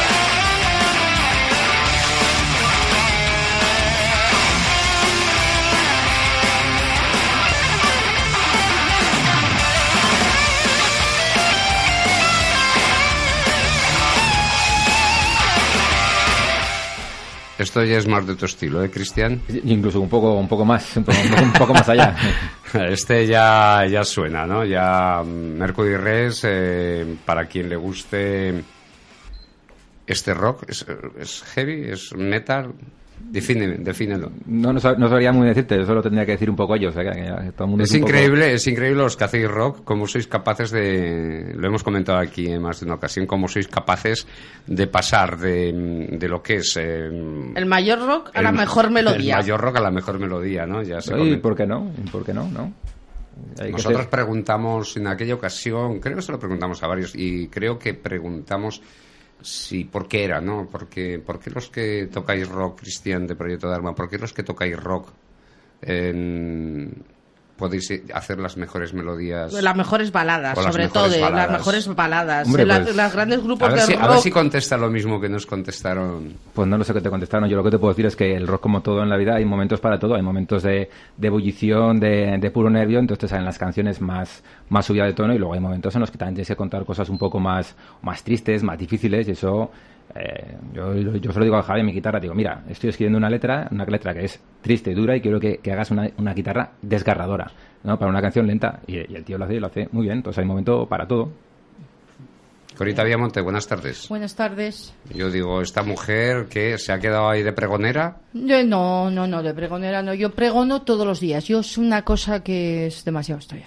Esto ya es más de tu estilo, ¿eh, Cristian? Incluso un poco, un poco más, un poco, un poco más allá. Este ya, ya suena, ¿no? Ya mm, Mercury Res, eh, para quien le guste este rock, ¿es, es heavy? ¿Es metal? Defíneme, defínelo. No, no, sab- no sabría muy decirte, yo solo tendría que decir un poco ellos. O sea, que, que todo el mundo Es un poco- increíble, es increíble los que hacéis rock, cómo sois capaces de, lo hemos comentado aquí en más de una ocasión, cómo sois capaces de pasar de, de lo que es... eh, El mayor rock a la el- mejor melodía. El mayor rock a la mejor melodía, ¿no? Ya se ¿Y comenta. por qué no? ¿Y por qué no? ¿No? Hay que Nosotros ser- preguntamos en aquella ocasión, creo que se lo preguntamos a varios, y creo que preguntamos si por qué era, ¿no? Porque, ¿por qué los que tocáis rock, Cristian, de Proyecto Dharma, por qué los que tocáis rock en- podéis hacer las mejores melodías? Las mejores baladas, O las sobre mejores todo, baladas. las mejores baladas. Hombre, La- pues, las grandes A grupos ver, de si, rock. a ver si contesta lo mismo que nos contestaron. Pues no lo sé qué te contestaron. Yo lo que te puedo decir es que el rock, como todo en la vida, hay momentos para todo. Hay momentos de, de ebullición, de, de puro nervio. Entonces salen las canciones más, más subidas de tono. Y luego hay momentos en los que también tienes que contar cosas un poco más, más tristes, más difíciles. Y eso, eh, yo, yo se lo digo a Javi en mi guitarra. Digo, mira, estoy escribiendo una letra, una letra que es triste y dura. Y quiero que, que hagas una, una guitarra desgarradora, ¿no? Para una canción lenta. Y, y el tío lo hace, y lo hace muy bien. Entonces hay momento para todo. Corita Viamonte, buenas tardes. Buenas tardes. Yo digo, esta mujer que se ha quedado ahí de pregonera. Yo, no, no, no, de pregonera no. Yo pregono todos los días. Yo es una cosa que es demasiado estoy.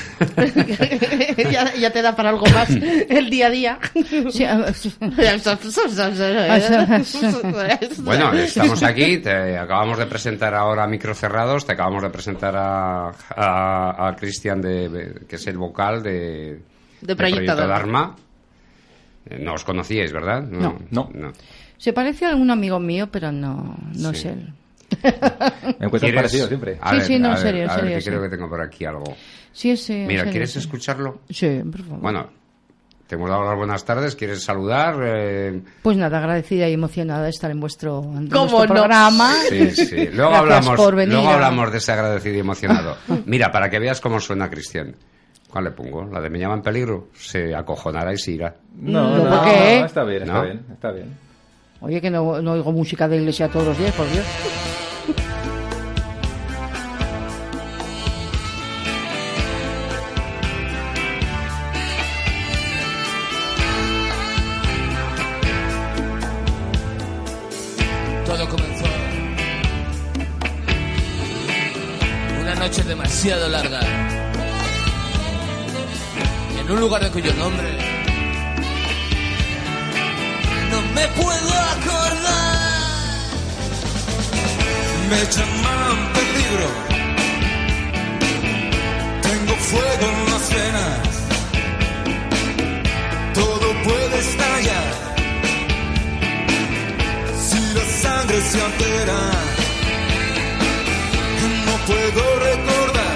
ya, ya te da para algo más el día a día. Sí, Bueno, estamos aquí, te acabamos de presentar ahora a micros cerrados, te acabamos de presentar a, a, a Cristian, de, que es el vocal de, de Proyecto Dharma. Dharma. Eh, No os conocíais, ¿verdad? No. No. no. Se parece a algún amigo mío, pero no, no Sí. es él. Me encuentras ¿Quieres? parecido siempre. A Sí, ver, sí, no, a en ver, serio, en a ver, serio, que sí. creo que tengo por aquí algo. Sí, ese. en Mira, serio, ¿quieres sí. escucharlo? Sí, por favor. Bueno, te hemos dado las buenas tardes, ¿quieres saludar? Eh, Pues nada, agradecida y emocionada de estar en vuestro, en ¿Cómo vuestro no? programa. Sí, sí. Luego Gracias hablamos, por venir luego a- hablamos de ese agradecido y emocionado. Mira, para que veas cómo suena Cristian. ¿Cuál le pongo? ¿La de Me llama en peligro? Se acojonará y se irá. No, No, no, ¿por qué? no, está bien, está ¿No? bien, está bien. Oye, que no, no oigo música de iglesia todos los días, por Dios. Todo comenzó una noche demasiado larga en un lugar de cuyo nombre no me puedo acordar. Me llaman peligro, tengo fuego en las venas, todo puede estallar si la sangre se altera. No puedo recordar,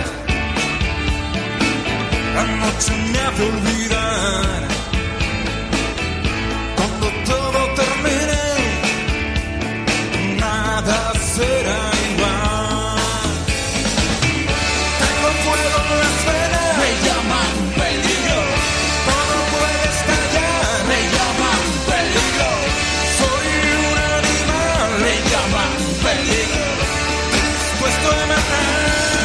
la noche me hace olvidar. Cuando todo termine, nada será igual. Tengo fuego en las venas, Me llaman peligro, todo puede estallar. me llaman peligro, Soy un animal me llaman peligro. dispuesto a matar.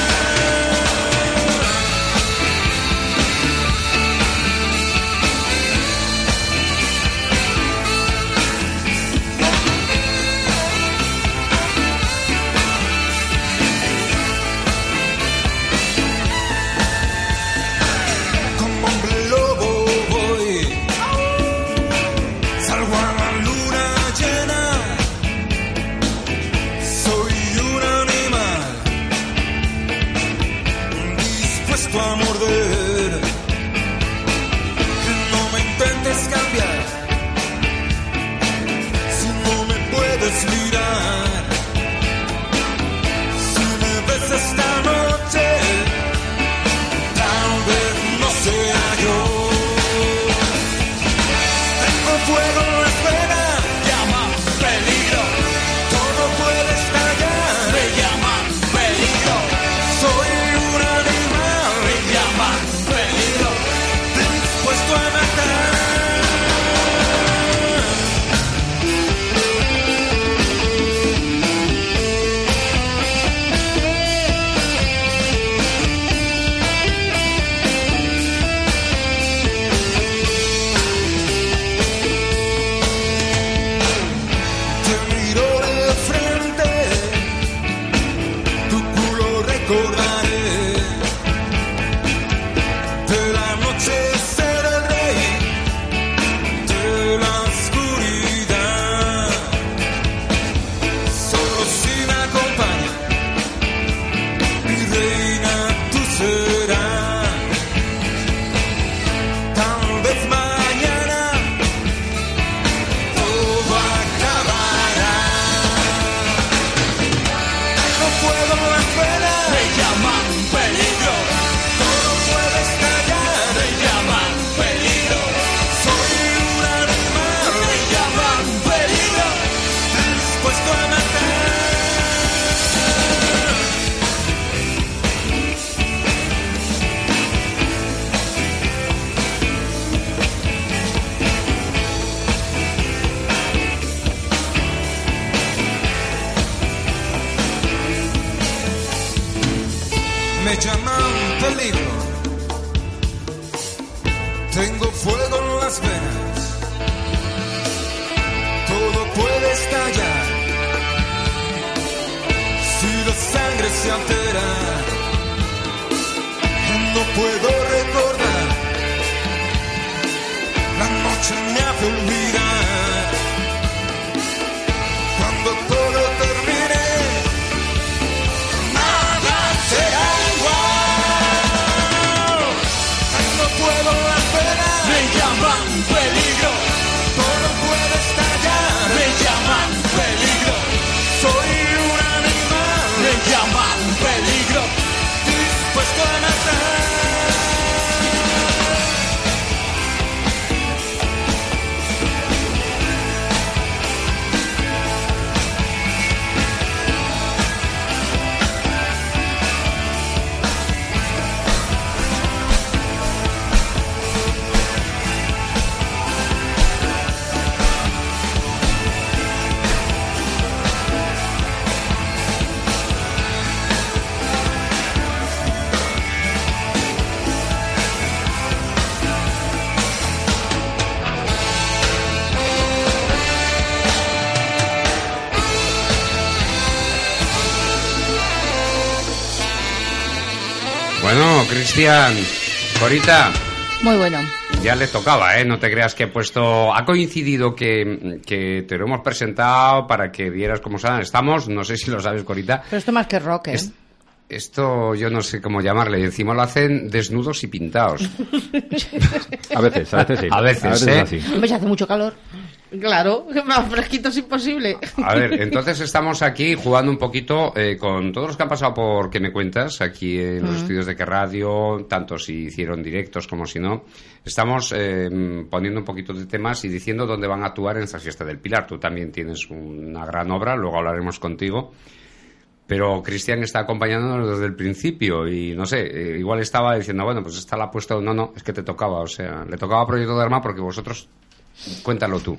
Como hombre lobo voy, salgo a la luna llena. Soy un animal dispuesto a morder. Que no me intentes cambiar si no me puedes mirar. Si me ves esta noche, tal vez no sea yo. Tengo fuego en las venas, Llaman peligro, todo puede estallar. me llaman peligro, Soy un animal me llaman peligro. dispuesto a matar. Te miro de frente, tu culo recordaré. De la noche ser el rey, de la oscuridad. Solo si me acompaña, mi reina tú serás. Tal vez mañana todo acabará. Tengo fuego en las venas, Me llaman peligro, todo puede estallar. me llaman peligro, Soy un animal me llaman peligro. dispuesto a matar. Me llaman peligro, tengo fuego en las venas. Todo puede estallar si la sangre se altera. No puedo recordar, la noche me hace olvidar. Cuando todo termine, nada será igual. No puedo esperar, me llaman peligro. Todo puede estallar, me llaman peligro. Soy un animal, me llaman peligro. Dispuesto a matar. Bueno, Cristian, Corita. Muy bueno. Ya le tocaba, ¿eh? No te creas que he puesto... Ha coincidido que, que te lo hemos presentado para que vieras cómo estamos. No sé si lo sabes, Corita. Pero esto más que rock, ¿eh? Es... Esto yo no sé cómo llamarle. Y encima lo hacen desnudos y pintados. A veces, a veces sí. A veces, a veces ¿eh? es así. Hombre, se hace mucho calor. Claro, más fresquito es imposible. A ver, entonces estamos aquí jugando un poquito eh, con todos los que han pasado por ¿Qué me cuentas? Aquí en los Mm. estudios de Qué Radio, tanto si hicieron directos como si no. Estamos eh, poniendo un poquito de temas y diciendo dónde van a actuar en esta fiesta del Pilar. Tú también tienes una gran obra, luego hablaremos contigo. Pero Cristian está acompañándonos desde el principio y no sé, eh, igual estaba diciendo, bueno, pues esta la ha puesto, no, no, es que te tocaba, o sea, le tocaba Proyecto de Arma porque vosotros, cuéntalo tú.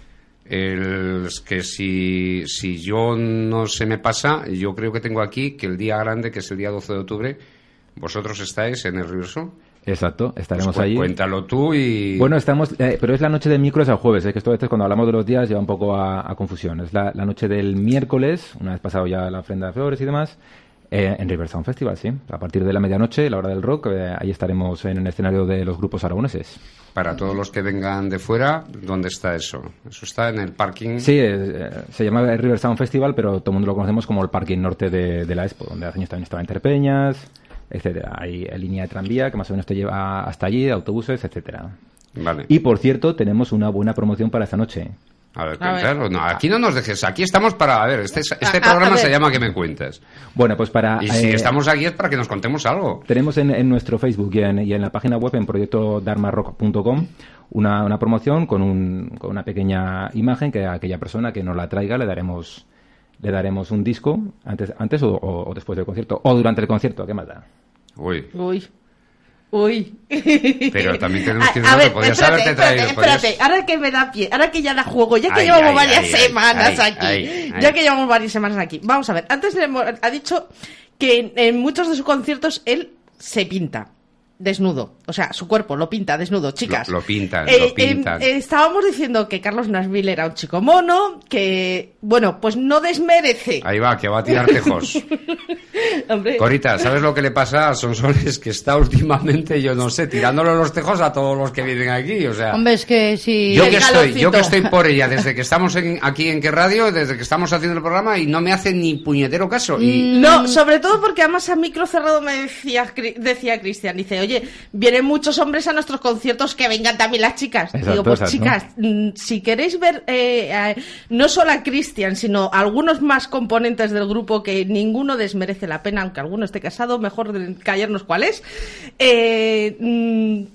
El, es que si, si yo no se me pasa, yo creo que tengo aquí que el día grande, que es el día doce de octubre, vosotros estáis en el Riverson. Exacto, estaremos Pues cu- allí. Cuéntalo tú y... Bueno, estamos, eh, pero es la noche del miércoles al jueves, ¿eh? Que esto a veces cuando hablamos de los días lleva un poco a, a confusión. Es la, la noche del miércoles, una vez pasado ya la ofrenda de flores y demás, eh, en River Sound Festival, sí. A partir de la medianoche, la hora del rock, eh, ahí estaremos en el escenario de los grupos aragoneses. Para todos los que vengan de fuera, ¿dónde está eso? Eso está en el parking... Sí, eh, se llama el River Sound Festival, pero todo el mundo lo conocemos como el parking norte de, de la Expo, donde hace años también estaba Interpeñas, etcétera. Hay línea de tranvía que más o menos te lleva hasta allí, autobuses, etcétera. Vale. Y por cierto, tenemos una buena promoción para esta noche. A ver, A ver. cuéntalo. No, aquí no nos dejes. Aquí estamos para... A ver, este, este A- a- programa a se ver. llama ¿Qué me cuentas? Bueno, pues para... Y si eh, estamos aquí es para que nos contemos algo. Tenemos en, en nuestro Facebook y en, y en la página web, en proyecto dharma rock punto com, una, una promoción con, un, con una pequeña imagen que a aquella persona que nos la traiga le daremos le daremos un disco antes antes o, o- o después del concierto, o durante el concierto, ¿qué más da? Uy, Uy. Uy. pero también tenemos que ir... A, a ver, podías espérate, haberte espérate, traído... espérate. podías- Ahora que me da pie, ahora que ya la juego, ya que Ay, llevamos ay, varias ay, ay, semanas ay, aquí, ay, ay. ya que llevamos varias semanas aquí. Vamos a ver, antes le hemos- ha dicho que en, en muchos de sus conciertos él se pinta desnudo, o sea, su cuerpo lo pinta desnudo, chicas. Lo, lo pintan, Eh, lo pintan. eh, estábamos diciendo que Carlos Nashville era un chico mono, que, bueno, pues no desmerece. Ahí va, que va a tirar tejos. Hombre, Corita, ¿sabes lo que le pasa a Sonsoles? Que está últimamente, yo no sé, tirándole los tejos a todos los que viven aquí, o sea... Hombre, es que si... Yo el que, estoy, calorcito. yo que estoy por ella desde que estamos en- aquí en Qué Radio, desde que estamos haciendo el programa y no me hace ni puñetero caso. Y, no, sobre todo porque además a micro cerrado me decía, Cri- decía Cristian, dice, oye, vienen muchos hombres a nuestros conciertos, que vengan también las chicas. Exacto, Digo, pues exacto. chicas, mm, si queréis ver eh, a- no solo a Cristian, sino a algunos más componentes del grupo que ninguno desmerece la pena, aunque alguno esté casado, mejor de- callarnos cuál es, eh, mm,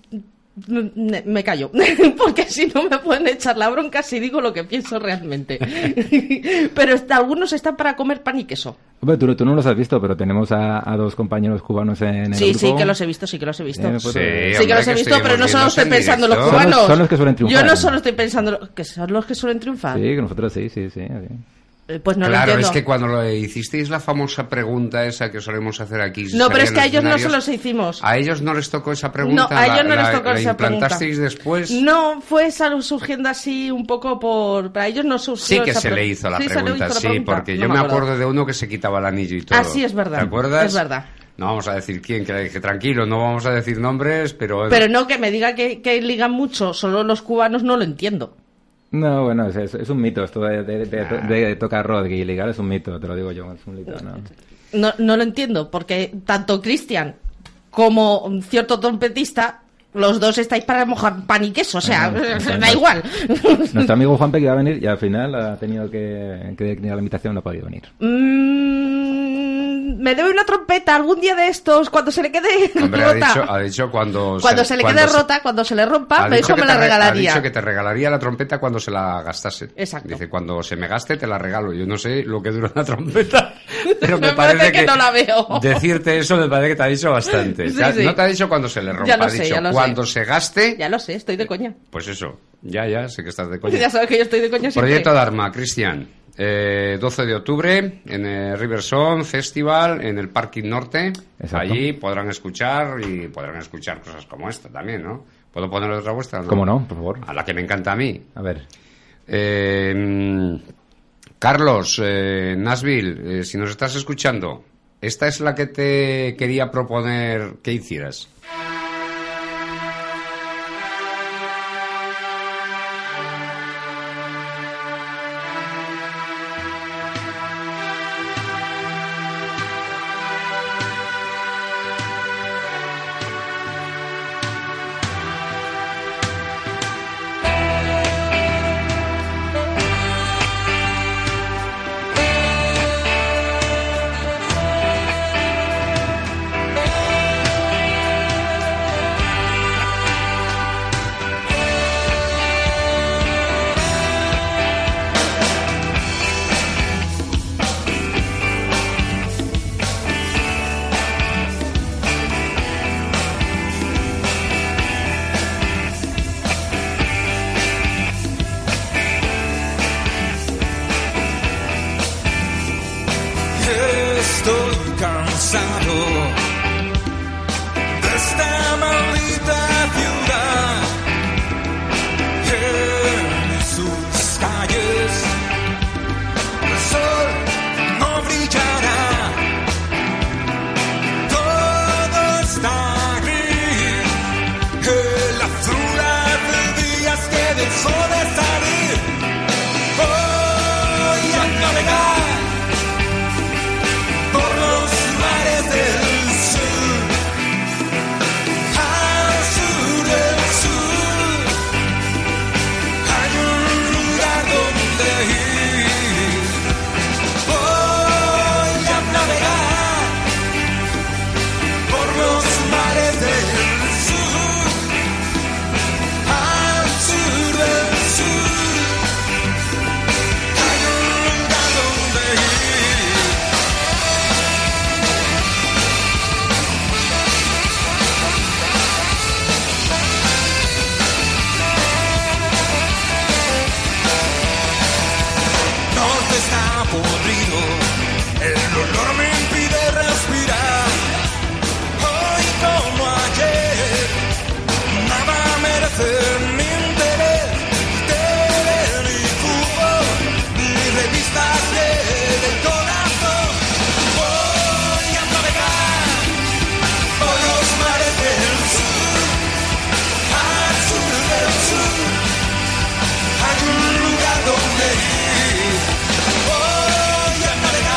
mm, me callo, porque si no me pueden echar la bronca si digo lo que pienso realmente. Pero est- algunos están para comer pan y queso. Hombre, tú, tú no los has visto, pero tenemos a, a dos compañeros cubanos en el Sí, grupo. sí, que los he visto, sí que los he visto. Eh, pues, Sí, eh, Sí que hombre, los he que visto, pero no estuvimos solo estoy viéndose en pensando en los directo. cubanos. Son los- son los que suelen triunfar. Yo no solo estoy pensando... ¿Que son los que suelen triunfar? Sí, que nosotros sí, sí, sí. sí. Eh, Pues no claro, lo entiendo. es que cuando lo hicisteis la famosa pregunta esa que solemos hacer aquí... No, pero es salían que a los ellos no se escenarios, los hicimos. ¿A ellos no les tocó esa pregunta? No, a ellos no ¿La- les la- tocó la esa pregunta. implantasteis después? No, fue sal- surgiendo así un poco por... Para ellos no surgió Sí que esa se le pre- hizo la Sí, se le pregunta, hizo la sí, pregunta. porque No yo me acuerdo. acuerdo de uno que se quitaba el anillo y todo. Ah, sí, es verdad. ¿Te acuerdas? Es verdad. No vamos a decir quién, que le dije, tranquilo, no vamos a decir nombres, pero... Pero no, que me diga que, que ligan mucho, solo los cubanos no lo entiendo. No, bueno, es, es, es un mito esto de, de, de, de, de tocar rod y ligar, es un mito, te lo digo yo, es un mito, ¿no? No, no lo entiendo, porque tanto Cristian como un cierto trompetista, los dos estáis para mojar pan y queso, o sea, Ah, da igual. Nuestro amigo Juanpe que iba a venir y al final ha tenido que, que declinar la invitación, no ha podido venir. Mm, me debe una trompeta algún día de estos, cuando se le quede Hombre, ha rota. dicho, ha dicho cuando... Cuando se le cuando quede se- rota, cuando se le rompa, ha me dicho dijo que me te la re- regalaría. Ha dicho que te regalaría la trompeta cuando se la gastase. Exacto. Dice, cuando se me gaste te la regalo. Yo no sé lo que dura una trompeta, pero me, Me parece parece que no la veo. Decirte eso me parece que te ha dicho bastante. Sí, Ya- sí. No te ha dicho cuando se le rompa, Ya lo ha sé, dicho ya lo sé. cuando se gaste... Ya lo sé, estoy de coña. Pues eso, ya, ya, sé que estás de coña. Ya sabes que yo estoy de coña siempre. Proyecto Dharma, Cristian. Eh, doce de octubre en el Riversong Festival, en el Parking Norte. Exacto. Allí podrán escuchar y podrán escuchar cosas como esta también, ¿no? ¿Puedo poner otra vuestra? ¿Cómo no? Por favor. A la que me encanta a mí. A ver. Eh, Carlos, eh, Nashville, eh, si nos estás escuchando, esta es la que te quería proponer que hicieras. Estoy cansado de esta maldita ciudad. En sus calles el sol no brillará. Todo está gris. El azul hace días que dejó de salir. Voy a navegar por los mares del sur, al sur del sur, hay un lugar donde ir. Voy a navegar por los mares del sur, al sur del sur, hay un lugar donde ir. Norte está podrido, el olor me impide respirar. Hoy como ayer, nada merece mi interés. Tele, ni fútbol, ni revistas del corazón. Voy a navegar por los mares del sur, al sur del sur. Hay un lugar donde ir. Voy a navegar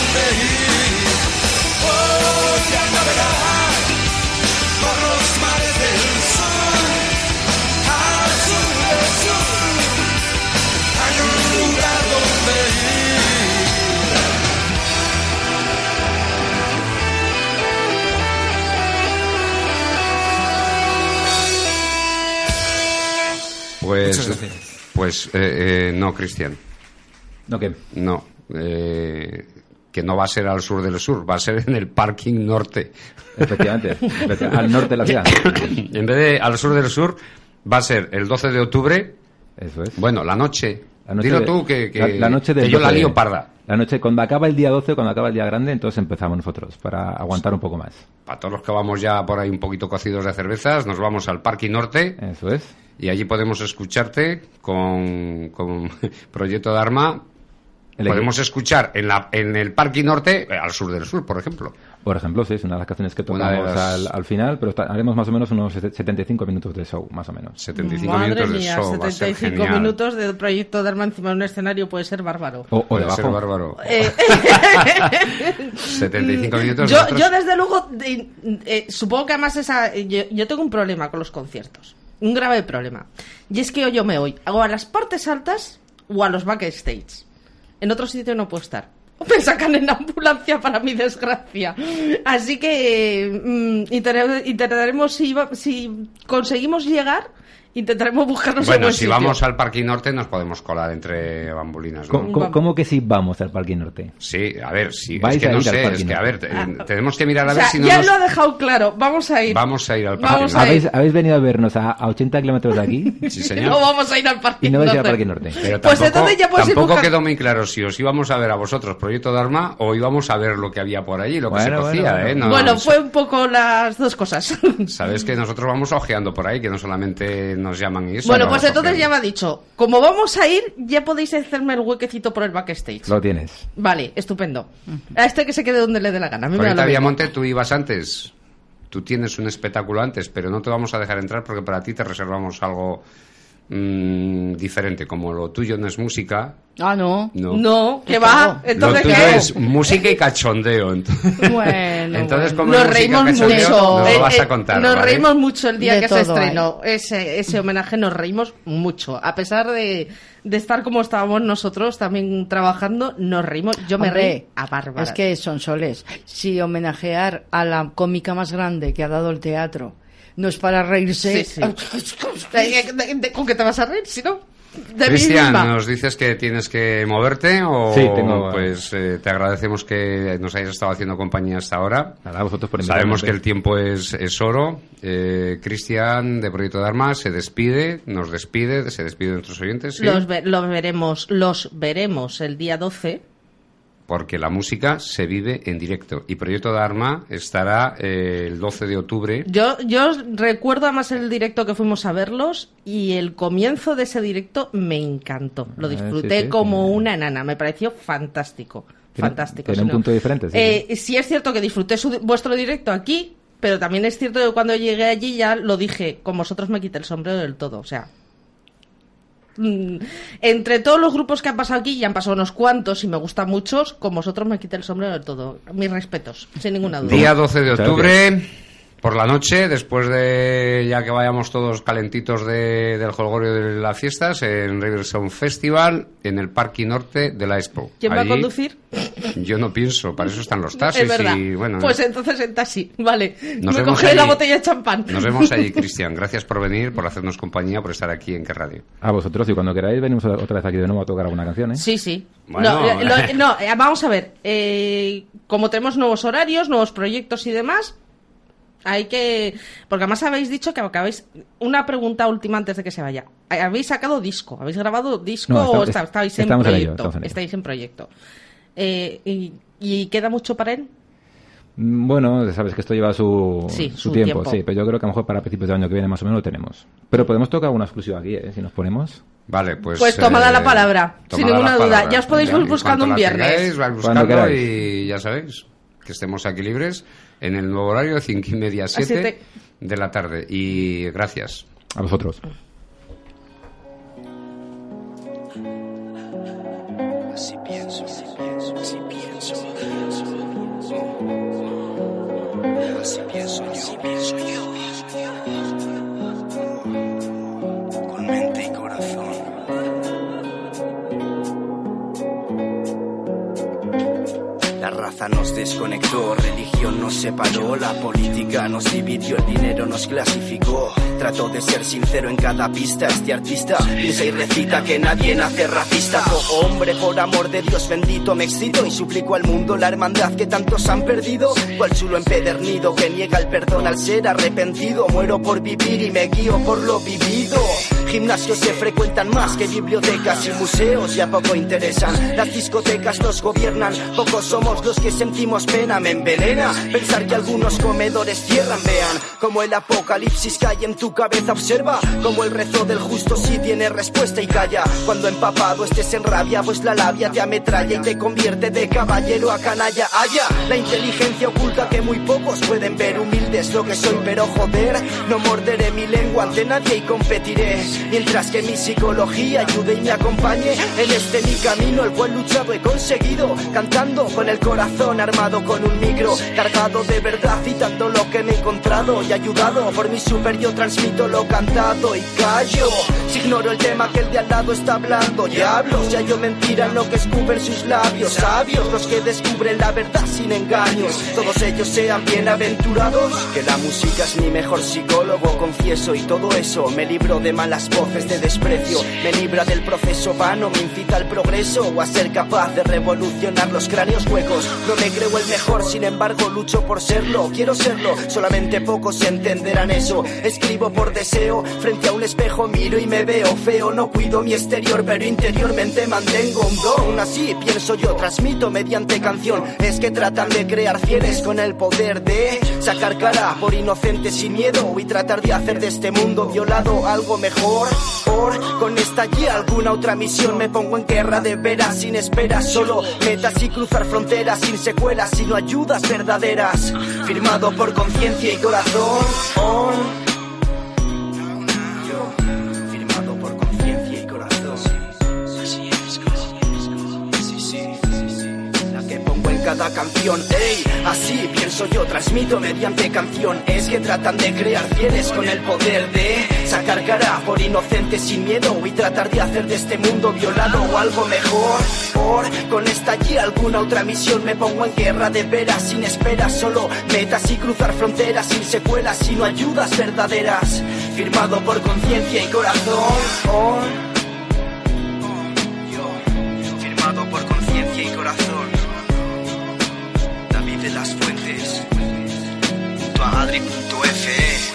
dónde ir. Voy a navegar por los mares del sur, al sur del sur. Hay un lugar donde ir. Pues, Muchas gracias. pues eh, eh, no, Cristian. ¿No qué? No. Eh, que no va a ser al sur del sur, va a ser en el parking norte. Efectivamente, efectivamente, al norte de la ciudad. En vez de al sur del sur, va a ser el doce de octubre. Eso es. Bueno, la noche. La noche Dilo de- tú, que, que, la, la noche del que yo la doce lío parda. La noche, cuando acaba el día doce, cuando acaba el día grande, entonces empezamos nosotros, para aguantar un poco más. Para todos los que vamos ya por ahí un poquito cocidos de cervezas, nos vamos al parking norte. Eso es. Y allí podemos escucharte con, con Proyecto Dharma. El Podemos equipo. escuchar en, la, en el Parque Norte, eh, al sur del sur, por ejemplo. Por ejemplo, sí, es una de las canciones que Una de tocamos las- al, al final, pero ta- haremos más o menos unos setenta y cinco minutos de show, más o menos. setenta y cinco Madre minutos mía, de show, va a ser setenta y cinco genial. minutos de Proyecto Dharma encima de un escenario puede ser bárbaro. O, o Puede debajo. ser bárbaro. Eh, setenta y cinco minutos. yo, nosotros- yo desde luego, de- eh, supongo que además esa, yo, yo tengo un problema con los conciertos, un grave problema. Y es que yo me voy o a las partes altas o a los backstage. En otro sitio no puedo estar. O me sacan en ambulancia para mi desgracia. Así que mm, intentare- intentaremos, si, va- si conseguimos llegar, intentaremos buscarnos un Bueno, buen si sitio. vamos al Parque Norte nos podemos colar entre bambulinas, ¿no? ¿Cómo, cómo- cómo que sí vamos al Parque Norte? Sí, a ver, sí, es Vais que a no ir al sé, Parque es que a Norte. ver, te- Ah. tenemos que mirar a O ver sea, si no ya nos... lo ha dejado claro. Vamos a ir. Vamos a ir al Parque Vamos Norte. a ir. ¿Habéis, habéis venido a vernos a, a ochenta kilómetros de aquí Sí, señor. No vamos a ir al Parque y no vais a ir Norte. al Parque Norte? Pero Pues tampoco, entonces ya puedes ir tampoco buscando- quedó muy claro si os íbamos a ver a vosotros, Proyecto Dharma, o íbamos a ver lo que había por allí, lo que Bueno, se bueno, cocía, bueno. ¿eh? No, Bueno, no, fue un poco las dos cosas. Sabes que nosotros vamos ojeando por ahí, que no solamente nos llaman y eso. Bueno, no, pues vamos entonces ya ojeando. me ha dicho, como vamos a ir, ya podéis hacerme el huequecito por el backstage. Lo tienes. Vale, estupendo. A este que se quede donde le dé la gana. A mí me da Ahorita, lo mismo. Viamonte, tú ibas antes. Tú tienes un espectáculo antes, pero no te vamos a dejar entrar porque para ti te reservamos algo mm, diferente. Como lo tuyo no es música, Ah, no. no. No, que Esto va. no. Lo Entonces, tuyo ¿qué? es música y cachondeo. Entonces, Bueno, entonces bueno. como Nos es música y reímos cachondeo, mucho. nos Eh, lo vas eh, a contar. nos ¿vale? reímos mucho el día De que se todo hay. estrenó ese, ese homenaje. Nos reímos mucho. A pesar de, de estar como estábamos nosotros también trabajando, nos reímos. Yo me Hombre, reí a bárbara. Es que son soles. Si homenajear a la cómica más grande que ha dado el teatro no es para reírse. Sí, sí. ¿De- de- de- ¿Con qué te vas a reír? Si no, de mí Cristian, misma. ¿nos dices que tienes que moverte o Sí, tengo- pues eh, te agradecemos que nos hayas estado haciendo compañía hasta ahora? Nada, a vosotros por invitarme. Sabemos que el tiempo es, es oro. Eh, Cristian, de Proyecto Dharma, se despide, nos despide, se despide de nuestros oyentes, ¿sí? Los, ve- los veremos, los veremos el día doce. Porque la música se vive en directo. Y Proyecto Dharma estará eh, el doce de octubre. Yo, yo recuerdo además el directo que fuimos a verlos y el comienzo de ese directo me encantó. Lo Eh, disfruté sí, sí, como tiene- una enana. Me pareció fantástico. Tiene- fantástico. tiene un Sí, no. punto diferente, sí, Eh, sí es cierto que disfruté su- vuestro directo aquí, pero también es cierto que cuando llegué allí ya lo dije, con vosotros me quité el sombrero del todo. O sea, mm, entre todos los grupos que han pasado aquí, y han pasado unos cuantos y me gustan muchos, con vosotros me quité el sombrero del todo. Mis respetos, sin ninguna duda. Día doce de Muchas octubre, por la noche, después de ya que vayamos todos calentitos de, del jolgorio de las fiestas, en River Sound Festival, en el Parque Norte de la Expo. ¿Quién va a Allí, conducir? Yo no pienso, para eso están los taxis Es verdad. y bueno. Pues entonces en taxi, vale. Nos Me vemos cogeré la allí. botella de champán. Nos vemos allí, Cristian. Gracias por venir, por hacernos compañía, por estar aquí en Qué Radio. A vosotros, y cuando queráis, venimos otra vez aquí de nuevo a tocar alguna canción, ¿eh? Sí, sí. Bueno. No, eh, lo- no, eh, vamos a ver. eh, como tenemos nuevos horarios, nuevos proyectos y demás, hay que... Porque además habéis dicho que acabáis... Una pregunta última antes de que se vaya. ¿Habéis sacado disco? ¿Habéis grabado disco No, o estamos- está- estáis en estamos en ello, proyecto? estamos en ello. Estáis en proyecto. Eh, y, ¿Y queda mucho para él? Mm, Bueno, sabes que esto lleva su, Sí, su su tiempo, tiempo. sí, pero yo creo que a lo mejor para principios de año que viene más o menos lo tenemos. Pero podemos tocar una exclusiva aquí, ¿eh? Si nos ponemos. Vale, pues... Pues tomada la palabra, sin tomada ninguna la duda. palabra. Ya os podéis Venga, ir buscando en un cuanto la viernes. tengáis, vais Cuando buscando queráis. y ya sabéis que estemos aquí libres en el nuevo horario de cinco y media a siete siete. de la tarde. Y gracias. A vosotros. Así pienso, así pienso, así pienso. Así pienso yo, así pienso yo. Con mente y corazón. La raza nos desconectó, religión nos separó, la política nos dividió, el dinero nos clasificó. Trato de ser sincero en cada pista, este artista piensa y recita que nadie nace racista. Oh, hombre, por amor de Dios bendito me excito y suplico al mundo la hermandad que tantos han perdido. Cual chulo empedernido que niega el perdón al ser arrepentido. Muero por vivir y me guío por lo vivido. Gimnasios se frecuentan más que bibliotecas y museos ya poco interesan. Las discotecas nos gobiernan, pocos somos los que sentimos pena. Me envenena pensar que algunos comedores cierran. Vean como el apocalipsis cae en tu cabeza. Observa como el rezo del justo sí tiene respuesta y calla. Cuando empapado estés en rabia, pues la labia te ametralla y te convierte de caballero a canalla. Haya la inteligencia oculta que muy pocos pueden ver. Humilde es lo que soy, pero joder, no morderé mi lengua ante nadie y competiré. Mientras que mi psicología ayude y me acompañe en este mi camino, el cual luchado he conseguido, cantando con el corazón armado con un micro, cargado de verdad, citando lo que me he encontrado y ayudado por mi super yo transmito lo cantado y callo. Si ignoro el tema que el de al lado está hablando, ya hablo, si hallo mentira en lo que escupen sus labios. Sabios los que descubren la verdad sin engaños, todos ellos sean bienaventurados. Que la música es mi mejor psicólogo, confieso, y todo eso me libro de malas voces de desprecio, me libra del proceso vano, me incita al progreso o a ser capaz de revolucionar los cráneos huecos. No me creo el mejor, sin embargo lucho por serlo, quiero serlo, solamente pocos entenderán eso. Escribo por deseo, frente a un espejo miro y me veo feo. No cuido mi exterior, pero interiormente mantengo un don. Así pienso yo, transmito mediante canción. Es que tratan de crear fieles con el poder de sacar cara por inocentes sin miedo y tratar de hacer de este mundo violado algo mejor. Por con esta y alguna otra misión me pongo en guerra de veras, sin esperas, solo metas y cruzar fronteras, sin secuelas, sino ayudas verdaderas. Firmado por conciencia y corazón. On. Yo, firmado por conciencia y corazón. Así es, así es, sí, sí, sí, sí. La que pongo en cada canción, ey, así pienso yo, transmito mediante canción. Es que tratan de crear fieles con el poder de sacar cara por inocentes sin miedo y tratar de hacer de este mundo violado o algo mejor. Por con esta y alguna otra misión me pongo en guerra de veras, sin esperas, solo metas y cruzar fronteras, sin secuelas, sino ayudas verdaderas. Firmado por conciencia y corazón. On. Yo, firmado por conciencia y corazón. David de las Fuentes, junto a Adri punto F E.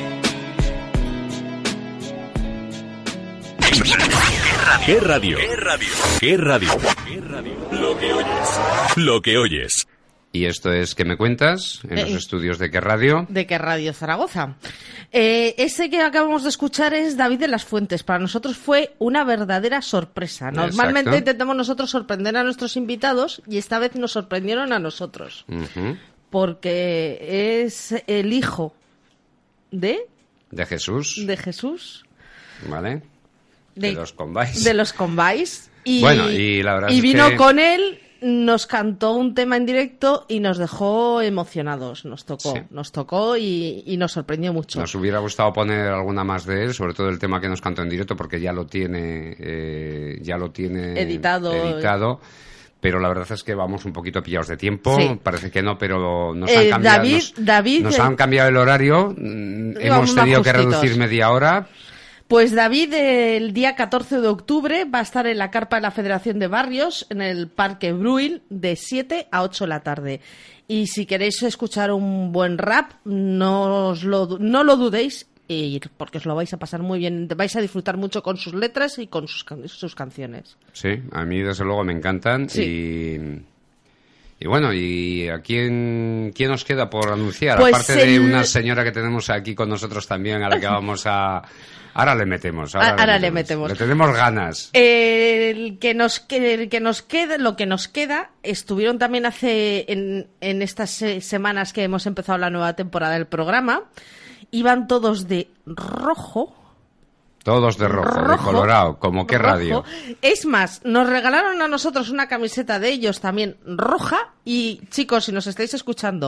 ¿Qué radio? ¿Qué radio? ¿Qué radio? ¿Qué radio? Lo que oyes. Lo que oyes. Y esto es ¿Qué me cuentas? En los Eh, estudios de ¿Qué radio? De qué Radio Zaragoza. Eh, ese que acabamos de escuchar es David de las Fuentes. Para nosotros fue una verdadera sorpresa. Normalmente Exacto. intentamos nosotros sorprender a nuestros invitados y esta vez nos sorprendieron a nosotros. Ujú. Porque es el hijo de, De Jesús, de Jesús, ¿vale? de, De los Conváis. de los Conváis. Y, Bueno, y la verdad y es vino que- con él, nos cantó un tema en directo y nos dejó emocionados. Nos tocó, Sí. nos tocó y, y nos sorprendió mucho. Nos hubiera gustado poner alguna más de él, sobre todo el tema que nos cantó en directo, porque ya lo tiene, eh, ya lo tiene Editado. editado. Pero la verdad es que vamos un poquito pillados de tiempo. Sí. Parece que no, pero nos Eh, han cambiado, David- nos, David, nos eh, han cambiado el horario. mm, Íbamos Hemos más tenido que justitos. reducir media hora. Pues David, el día catorce de octubre, va a estar en la carpa de la Federación de Barrios, en el Parque Bruil, de siete a ocho de la tarde. Y si queréis escuchar un buen rap, no, os lo, du- no lo dudéis e ir, porque os lo vais a pasar muy bien. Vais a disfrutar mucho con sus letras y con sus, can- sus canciones. Sí, a mí desde luego me encantan. Sí. Y, y bueno, ¿y a quién, quién nos queda por anunciar? Pues Aparte de el- una señora que tenemos aquí con nosotros también, a la que vamos a... Ahora le metemos. Ahora, Ahora le metemos. Le tenemos ganas. El que nos que, el que nos queda, lo que nos queda, estuvieron también hace en, en estas se- semanas que hemos empezado la nueva temporada del programa, iban todos de rojo. Todos de rojo, de Rojo, colorado, como qué rojo. radio. Es más, nos regalaron a nosotros una camiseta de ellos también roja y chicos, si nos estáis escuchando,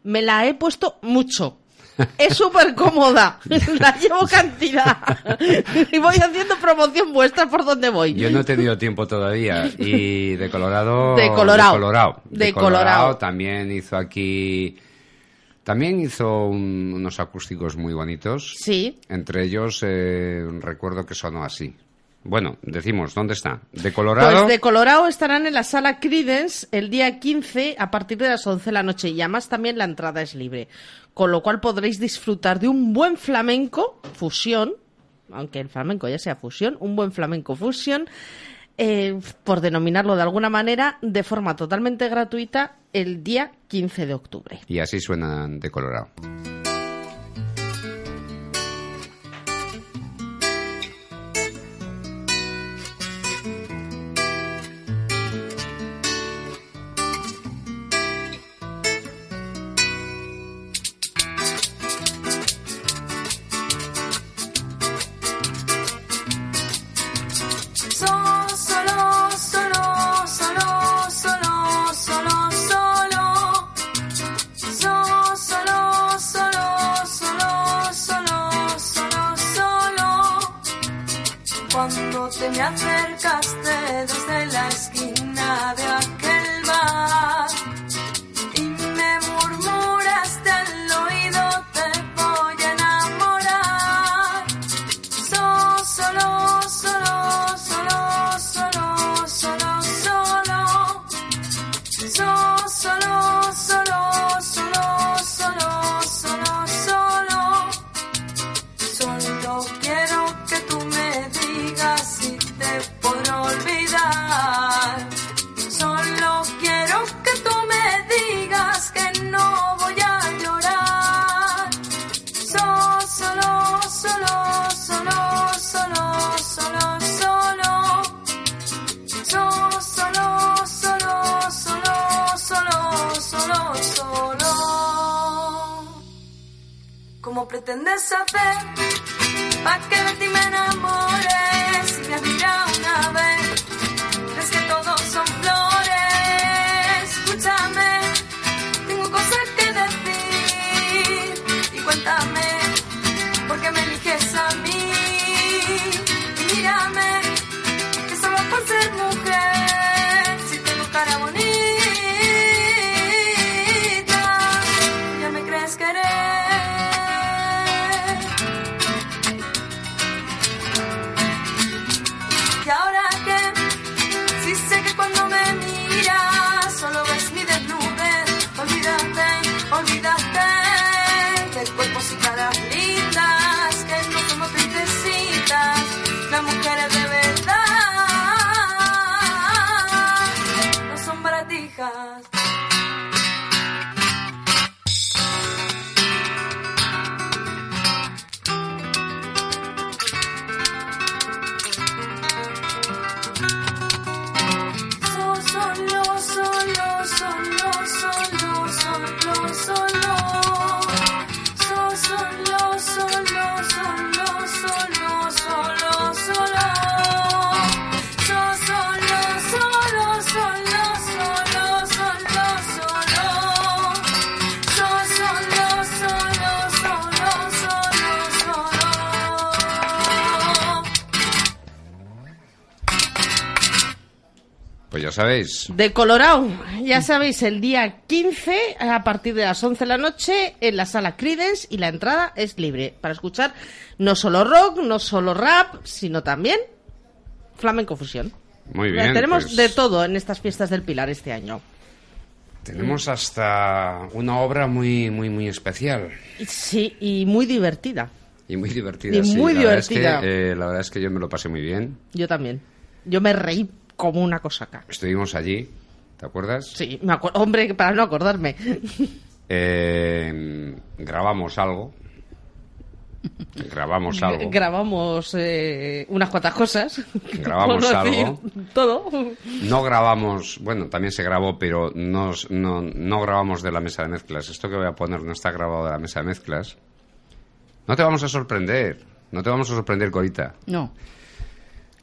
Me la he puesto mucho. Es súper cómoda. La llevo cantidad. Y voy haciendo promoción vuestra por donde voy. Yo no he tenido tiempo todavía. Y de Colorado... De Colorado. De Colorado. De de Colorado. Colorado. También hizo aquí... También hizo un- unos acústicos muy bonitos. Sí. Entre ellos, eh, recuerdo que sonó así. Bueno, decimos, ¿dónde está? De Colorado... Pues de Colorado estarán en la sala Creedence el día quince a partir de las once de la noche y además también la entrada es libre. Con lo cual podréis disfrutar de un buen flamenco fusión, aunque el flamenco ya sea fusión, un buen flamenco fusión, eh, por denominarlo de alguna manera, de forma totalmente gratuita el día quince de octubre. Y así suenan de Colorado. So, solo, solo, solo, solo, solo, solo. So, solo, solo, solo, solo, solo, solo. Cuando te me acercaste desde la esquina de aquel bar y me murmuraste al oído te voy a enamorar. So, solo, solo, solo, solo, solo, solo. So, solo, solo, solo, solo, solo, solo. Solo quiero que tú me digas si te podré olvidar. Solo quiero que tú me digas que no voy a llorar. So, solo, solo, solo, solo, solo, solo. So, solo, solo, solo, solo, solo, solo. ¿Cómo pretendes hacer pa' que de ti me enamores? Si me has mirado una vez, crees que todos son flores. Escúchame, tengo cosas que decir y cuéntame por qué me eliges a mí. Y mírame, que solo por ser mujer, si tengo cara bonita, ya me crees querer. ¿Y ahora qué? Si sé que cuando me miras solo ves mi desnudez. Olvídate, olvídate de cuerpos y caras lindas, que no somos princesitas, las mujeres de verdad no son baratijas. So, solo, solo, solo, solo, solo, solo. So, solo, solo, solo, solo, solo, solo. So, solo, solo, solo, solo, solo, solo. So, solo, solo, solo, solo, solo. Pues ya sabéis. De Colorado, ya sabéis, el día quince a partir de las once de la noche en la sala Creedence y la entrada es libre para escuchar no solo rock, no solo rap, sino también flamenco fusión. Muy bien. Tenemos pues de todo en estas fiestas del Pilar este año. Tenemos hasta una obra muy, muy, muy especial. Sí, y muy divertida. Y muy divertida, Y sí. muy la verdad es que, divertida. eh, la verdad es que yo me lo pasé muy bien. Yo también. Yo me reí como una cosaca. Estuvimos allí, ¿te acuerdas? Sí, me acuerdo. Hombre, para no acordarme. Eh, grabamos algo. Grabamos algo. Grabamos eh, unas cuantas cosas. Grabamos Por decir algo. Todo. No grabamos, bueno, también se grabó, pero no, no, no grabamos de la mesa de mezclas. Esto que voy a poner no está grabado de la mesa de mezclas. No te vamos a sorprender. No te vamos a sorprender, Corita. No.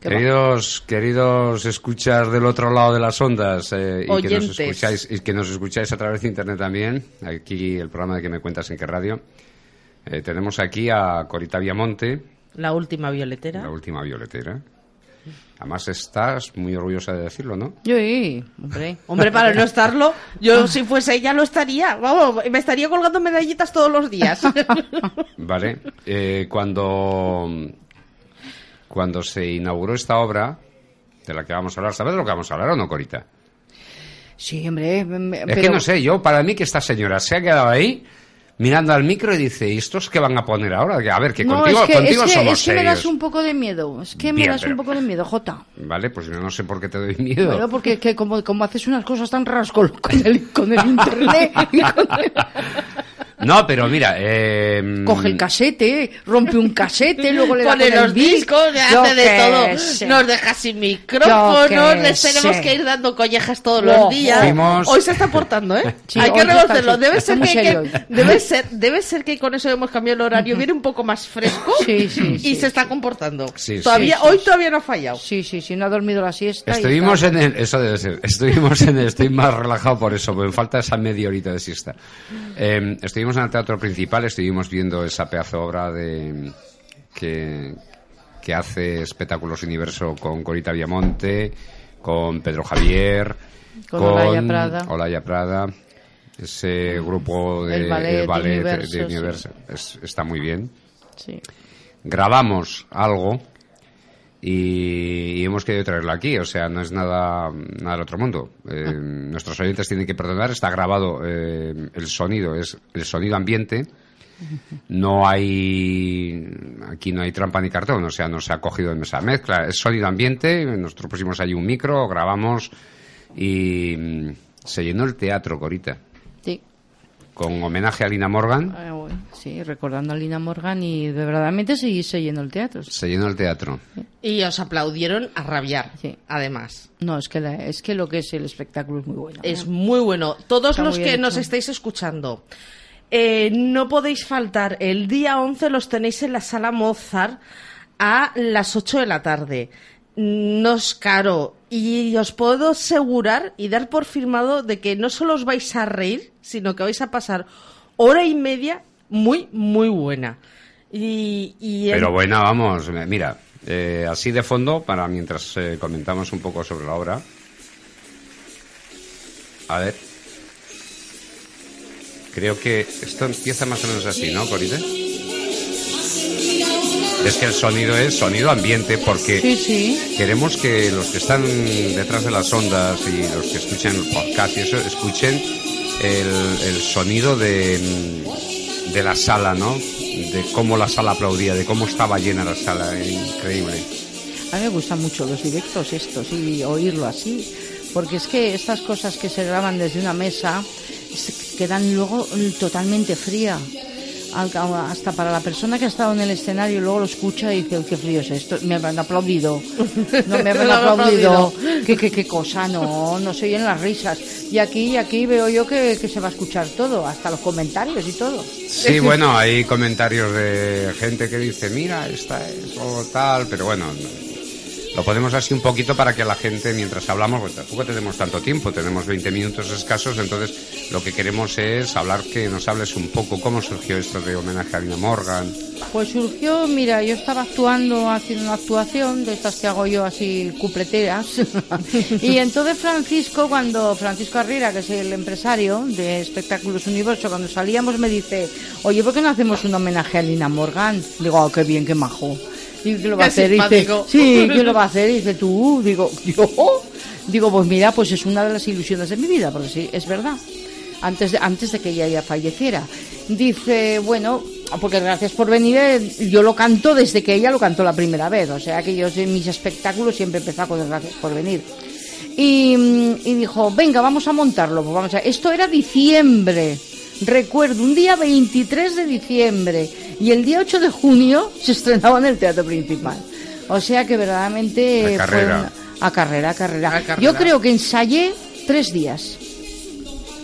Queridos, queridos escuchas del otro lado de las ondas eh, y, que nos Oyentes. escucháis, y que nos escucháis a través de internet también, aquí el programa de Que me cuentas en qué radio, eh, tenemos aquí a Corita Viamonte, La última violetera. la última violetera. Además estás muy orgullosa de decirlo, ¿no? Sí, hombre. Hombre, para no estarlo, yo si fuese ella lo estaría. Vamos, me estaría colgando medallitas todos los días. Vale. Eh, cuando, cuando se inauguró esta obra, de la que vamos a hablar, ¿sabes de lo que vamos a hablar o no, Corita? Sí, hombre. me- Es pero- que no sé, yo, para mí que esta señora se ha quedado ahí mirando al micro y dice, ¿y estos qué van a poner ahora? A ver, que No, contigo, es que, contigo es que, somos es que me das serios. un poco de miedo. Es que me Bien, das pero- un poco de miedo, Jota. Vale, pues yo no sé por qué te doy miedo. Bueno, porque que como, como haces unas cosas tan raras con, con el, con el internet. y con el- No, pero mira, eh, Coge el casete, rompe un casete, luego le da Pone con el los bic. discos, le Yo hace de qué todo. sé. Nos deja sin micrófonos, Yo qué les tenemos sé. que ir dando collejas todos Oh, los días. fuimos- Hoy se está portando, ¿eh? Sí, hay que hoy está- reconocerlo. sí, Debe está ser muy que, hay serio que- hoy. debe ser, debe ser que con eso hemos cambiado el horario. Viene un poco más fresco Sí, sí, y sí, se está comportando. Sí, sí. todavía, Sí, sí, hoy sí. todavía no ha fallado. Sí, sí, sí, no ha dormido la siesta. y estuvimos está- en el, eso debe ser, estuvimos en el, estoy más relajado por eso, porque me falta esa media horita de siesta. Eh, estuvimos en el teatro principal, estuvimos viendo esa pedazo obra de que, que hace Espectáculos Universo con Corita Viamonte, con Pedro Javier, Con Olaya Prada. Olaya Prada, ese grupo de El ballet el ballet Universo, de sí. Universo. Es- está muy bien. Sí. Grabamos algo y, y hemos querido traerlo aquí, o sea, no es nada, nada del otro mundo. Eh, nuestros oyentes tienen que perdonar, está grabado eh, el sonido, es el sonido ambiente. No hay, aquí no hay trampa ni cartón, o sea, no se ha cogido en esa mezcla, es sonido ambiente, nosotros pusimos ahí un micro, grabamos y mm, se llenó el teatro, Corita, Sí. con homenaje a Lina Morgan, Ah, bueno, sí, recordando a Lina Morgan y de verdaderamente se, se llenó el teatro. se llenó el teatro. Y os aplaudieron a rabiar, Sí. además. No, es que, la- es que lo que es el espectáculo es muy bueno. Es muy bueno. Todos Está los muy que bien nos hecho. estáis escuchando, eh, no podéis faltar. El día once los tenéis en la Sala Mozart a las ocho de la tarde. No es caro. Y os puedo asegurar y dar por firmado de que no solo os vais a reír, sino que vais a pasar hora y media muy, muy buena. Y, y el- Pero buena, vamos, mira, eh, así de fondo, para mientras eh, comentamos un poco sobre la obra. A ver. Creo que esto empieza más o menos así, ¿no, Corita? Es que el sonido es sonido ambiente porque Sí, sí. queremos que los que están detrás de las ondas y los que escuchen el podcast y eso, escuchen el, el sonido de, de la sala, ¿no? De cómo la sala aplaudía, de cómo estaba llena la sala, eh, increíble. A mí me gustan mucho los directos estos y oírlo así, porque es que estas cosas que se graban desde una mesa se quedan luego totalmente fría. Al- Hasta para la persona que ha estado en el escenario luego lo escucha y dice, "Uy, qué frío es esto, me habrán aplaudido, no me habrán Me han aplaudido, aplaudido. ¿Qué, qué, qué cosa, no, no se oyen las risas. Y aquí, y aquí veo yo que, que se va a escuchar todo, hasta los comentarios y todo. Sí, bueno, hay comentarios de gente que dice, mira, esta es o tal, pero bueno, lo ponemos así un poquito para que la gente, mientras hablamos, pues tampoco tenemos tanto tiempo, tenemos veinte minutos escasos, entonces lo que queremos es hablar, que nos hables un poco cómo surgió esto de homenaje a Lina Morgan. Pues surgió, mira, yo estaba actuando, haciendo una actuación de estas que hago yo así cupleteras. Y entonces Francisco, cuando Francisco Arriera, que es el empresario de Espectáculos Universo, cuando salíamos me dice, oye, ¿por qué no hacemos un homenaje a Lina Morgan? Digo, oh, qué bien, qué majo. Y ¿quién lo va a Qué hacer? Y dice, simpático. sí, ¿quién lo va a hacer? Y dice, tú, digo, yo. Digo, pues mira, pues es una de las ilusiones de mi vida, porque sí, es verdad. Antes de, antes de que ella ya falleciera. Dice, bueno, porque gracias por venir, eh, yo lo canto desde que ella lo cantó la primera vez, o sea que yo en mis espectáculos siempre empezaba con el gracias por venir. Y, mm, y dijo, venga, vamos a montarlo, pues vamos a... Esto era diciembre, recuerdo, un día veintitrés de diciembre, y el día ocho de junio se estrenaba en el Teatro Principal. O sea que verdaderamente... A fue carrera. una- a carrera, a carrera. A carrera. Yo creo que ensayé tres días.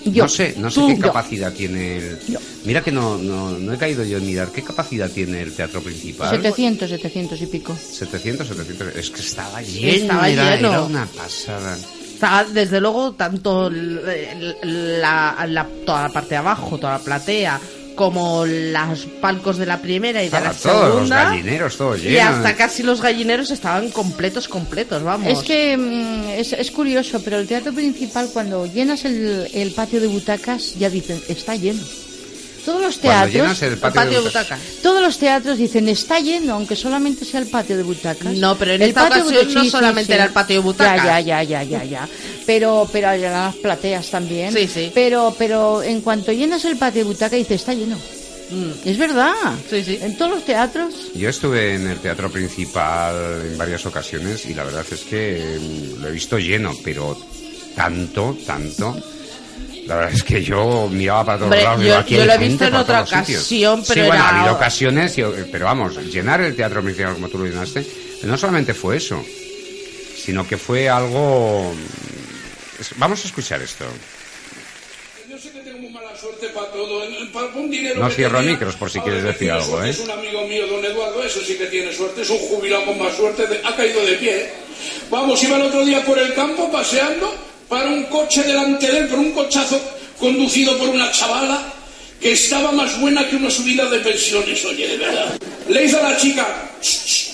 Yo. No sé, no sé Tú, qué yo. capacidad tiene el... Yo. Mira que no, no, no he caído yo en mirar qué capacidad tiene el teatro principal. setecientos, setecientos y pico. setecientos, setecientos. Es que estaba lleno. Estaba era, lleno. era una pasada. Estaba, desde luego, tanto el- el- la, la- toda la parte de abajo, toda la platea, como los palcos de la primera y de la Estaba todos los segunda. gallineros, todo lleno. Y hasta casi los gallineros estaban completos, completos, vamos. Es que mm, es, es curioso, pero el teatro principal, cuando llenas el, el patio de butacas, ya dicen, está lleno. Todos los Cuando teatros, llenas el patio, patio de de butacas. butacas. todos los teatros dicen, está lleno, aunque solamente sea el patio de butacas. No, pero en El esta patio ocasión de- no sí, sí, solamente sí. era el patio de butacas. Ya, ya, ya, ya, ya, ya. Pero, pero hay las plateas también. Sí, sí. Pero, pero en cuanto llenas el patio de butacas, dice, está lleno. Mm. Es verdad. Sí, sí. En todos los teatros. Yo estuve en el teatro principal en varias ocasiones y la verdad es que mm, lo he visto lleno, pero tanto, tanto. La verdad es que yo miraba para todos Hombre, lados. yo- digo, aquí yo hay lo he gente visto en por otra todos sitios. ocasión, pero sí, bueno, era- ha habido ocasiones, y- pero vamos, llenar el teatro principal como tú lo llenaste, no solamente fue eso, sino que fue algo... es- Vamos a escuchar esto. Yo sé que tengo muy mala suerte para todo. en- Para un dinero No que cierro tenía- micros por si A quieres ver, decir tiene algo, suerte, ¿eh? Es un amigo mío, don Eduardo, eso sí que tiene suerte. Es un jubilado con más suerte. de- ha caído de pie. ¿eh? Vamos, iba el otro día por el campo paseando para un coche delante de él, por un cochazo conducido por una chavala que estaba más buena que una subida de pensiones, oye, de verdad. Le hizo a la chica... "Shh, shh".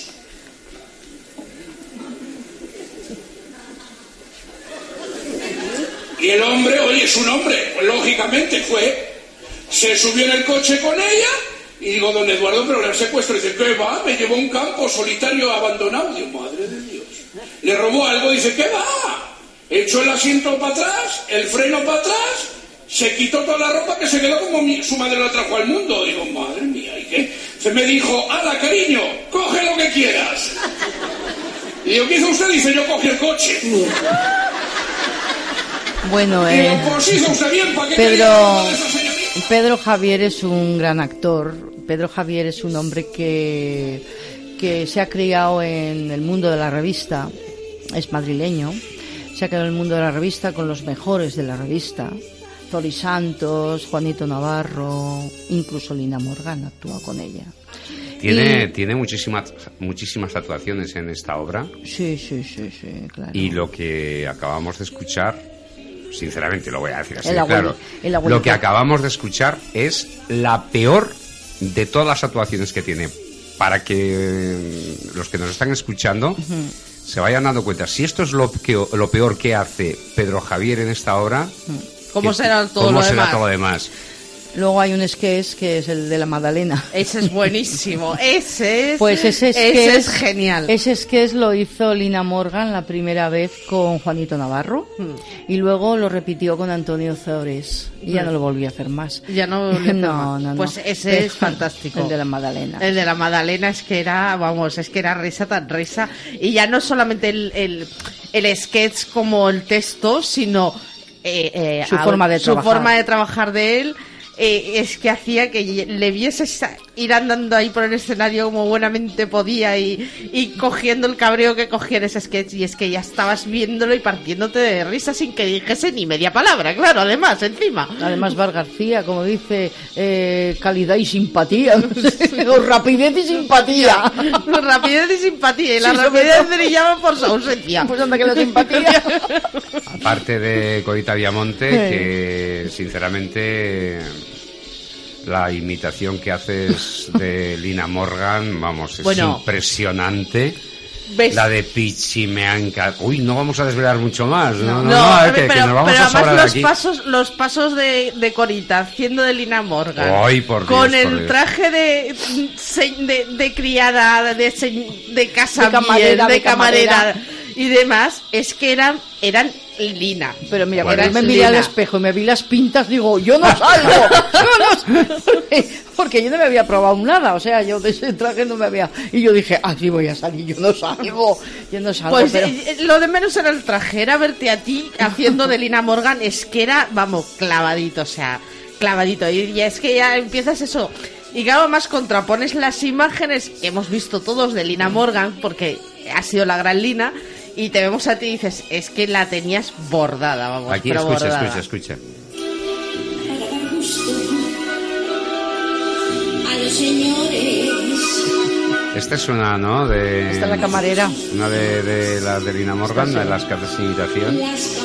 Y el hombre, oye, es un hombre, pues lógicamente fue, se subió en el coche con ella y digo, don Eduardo, pero el secuestro, dice, ¿qué va? Me llevó a un campo solitario abandonado. Digo, madre de Dios. Le robó algo, dice, ¿qué va? Echó el asiento para atrás, el freno para atrás, se quitó toda la ropa que se quedó como mi- su madre lo trajo al mundo. Digo, madre mía, ¿y qué? Se me dijo, ala, cariño, coge lo que quieras. Y digo, ¿qué hizo usted? Dice, yo cogí el coche. Bueno, Digo, eh, pues hizo usted bien, ¿para qué Pedro, quería ropa de esa señorita? Pedro Javier es un gran actor. Pedro Javier es un hombre que, que se ha criado en el mundo de la revista. Es madrileño. Se ha criado en el mundo de la revista con los mejores de la revista. Tori Santos, Juanito Navarro, incluso Lina Morgan actúa con ella. Tiene, Y- tiene muchísimas, muchísimas actuaciones en esta obra. Sí, sí, sí, sí, claro. Y lo que acabamos de escuchar, sinceramente lo voy a decir así, El de abueli- claro. el abuelito. Lo que acabamos de escuchar es la peor de todas las actuaciones que tiene. Para que eh, los que nos están escuchando se vayan dando cuenta. Si esto es lo, que, lo peor que hace Pedro Javier en esta obra, ¿Cómo ¿qué- será todo ¿cómo lo será demás? todo lo demás? Luego hay un sketch que es el de la Magdalena. Ese es buenísimo. Ese es, Pues ese ese sketch, es genial. Ese sketch lo hizo Lina Morgan la primera vez con Juanito Navarro y luego lo repitió con Antonio Zores y ya no lo volví a hacer más. Ya no volví a hacer no, más. no, no. Pues ese Pero- es fantástico. El de la Magdalena. El de la Magdalena es que era, vamos, es que era risa tan risa. Y ya no solamente el, el, el sketch como el texto, sino eh, eh, Su a- forma de su trabajar. forma de trabajar de él. Eh, es que hacía que le vieses a- ir andando ahí por el escenario como buenamente podía y, y cogiendo el cabreo que cogía en ese sketch, y es que ya estabas viéndolo y partiéndote de risa sin que dijese ni media palabra, claro, además, encima. Además, Bar García, como dice, eh, calidad y simpatía. O rapidez y simpatía. Rapidez y simpatía, y la Sí, sobre rapidez todo. brillaba por su ausencia. Pues anda que la simpatía. Aparte de Corita Diamonte, Sí. que sinceramente la imitación que haces de Lina Morgan, vamos, es Bueno. impresionante. ¿Ves? La de Pichi me ha encantado. Uy, no vamos a desvelar mucho más. No, no, No, no, es que, pero, que nos vamos pero a sobrar además de los aquí. pasos, los pasos de, de Corita haciendo de Lina Morgan, Ay, por Dios, con por el Dios. traje de, se- de, de criada, de, se- de casa De camarera, bien, de, de camarera, camarera. y demás, es que eran, eran Lina. Pero mira, Bueno, cuando yo me es miré al Lina. espejo y me vi las pintas, digo, yo no salgo. Yo no salgo. Porque yo no me había probado nada. O sea, yo de ese traje no me había... Y yo dije, ah, sí voy a salir, yo no salgo. Yo no salgo, Pues pero... eh, lo de menos era el traje, era verte a ti haciendo de Lina Morgan, es que era, vamos, clavadito, o sea, clavadito. Y ya es que ya empiezas eso. Y claro, más contrapones las imágenes que hemos visto todos de Lina Morgan, porque ha sido la gran Lina, y te vemos a ti y dices, es que la tenías bordada, vamos, Aquí, pero escucha, bordada. escucha, escucha. Esta es una, ¿no? De, Esta es la camarera. Una de, de las de Lina Morgan, de las cartas sin imitación.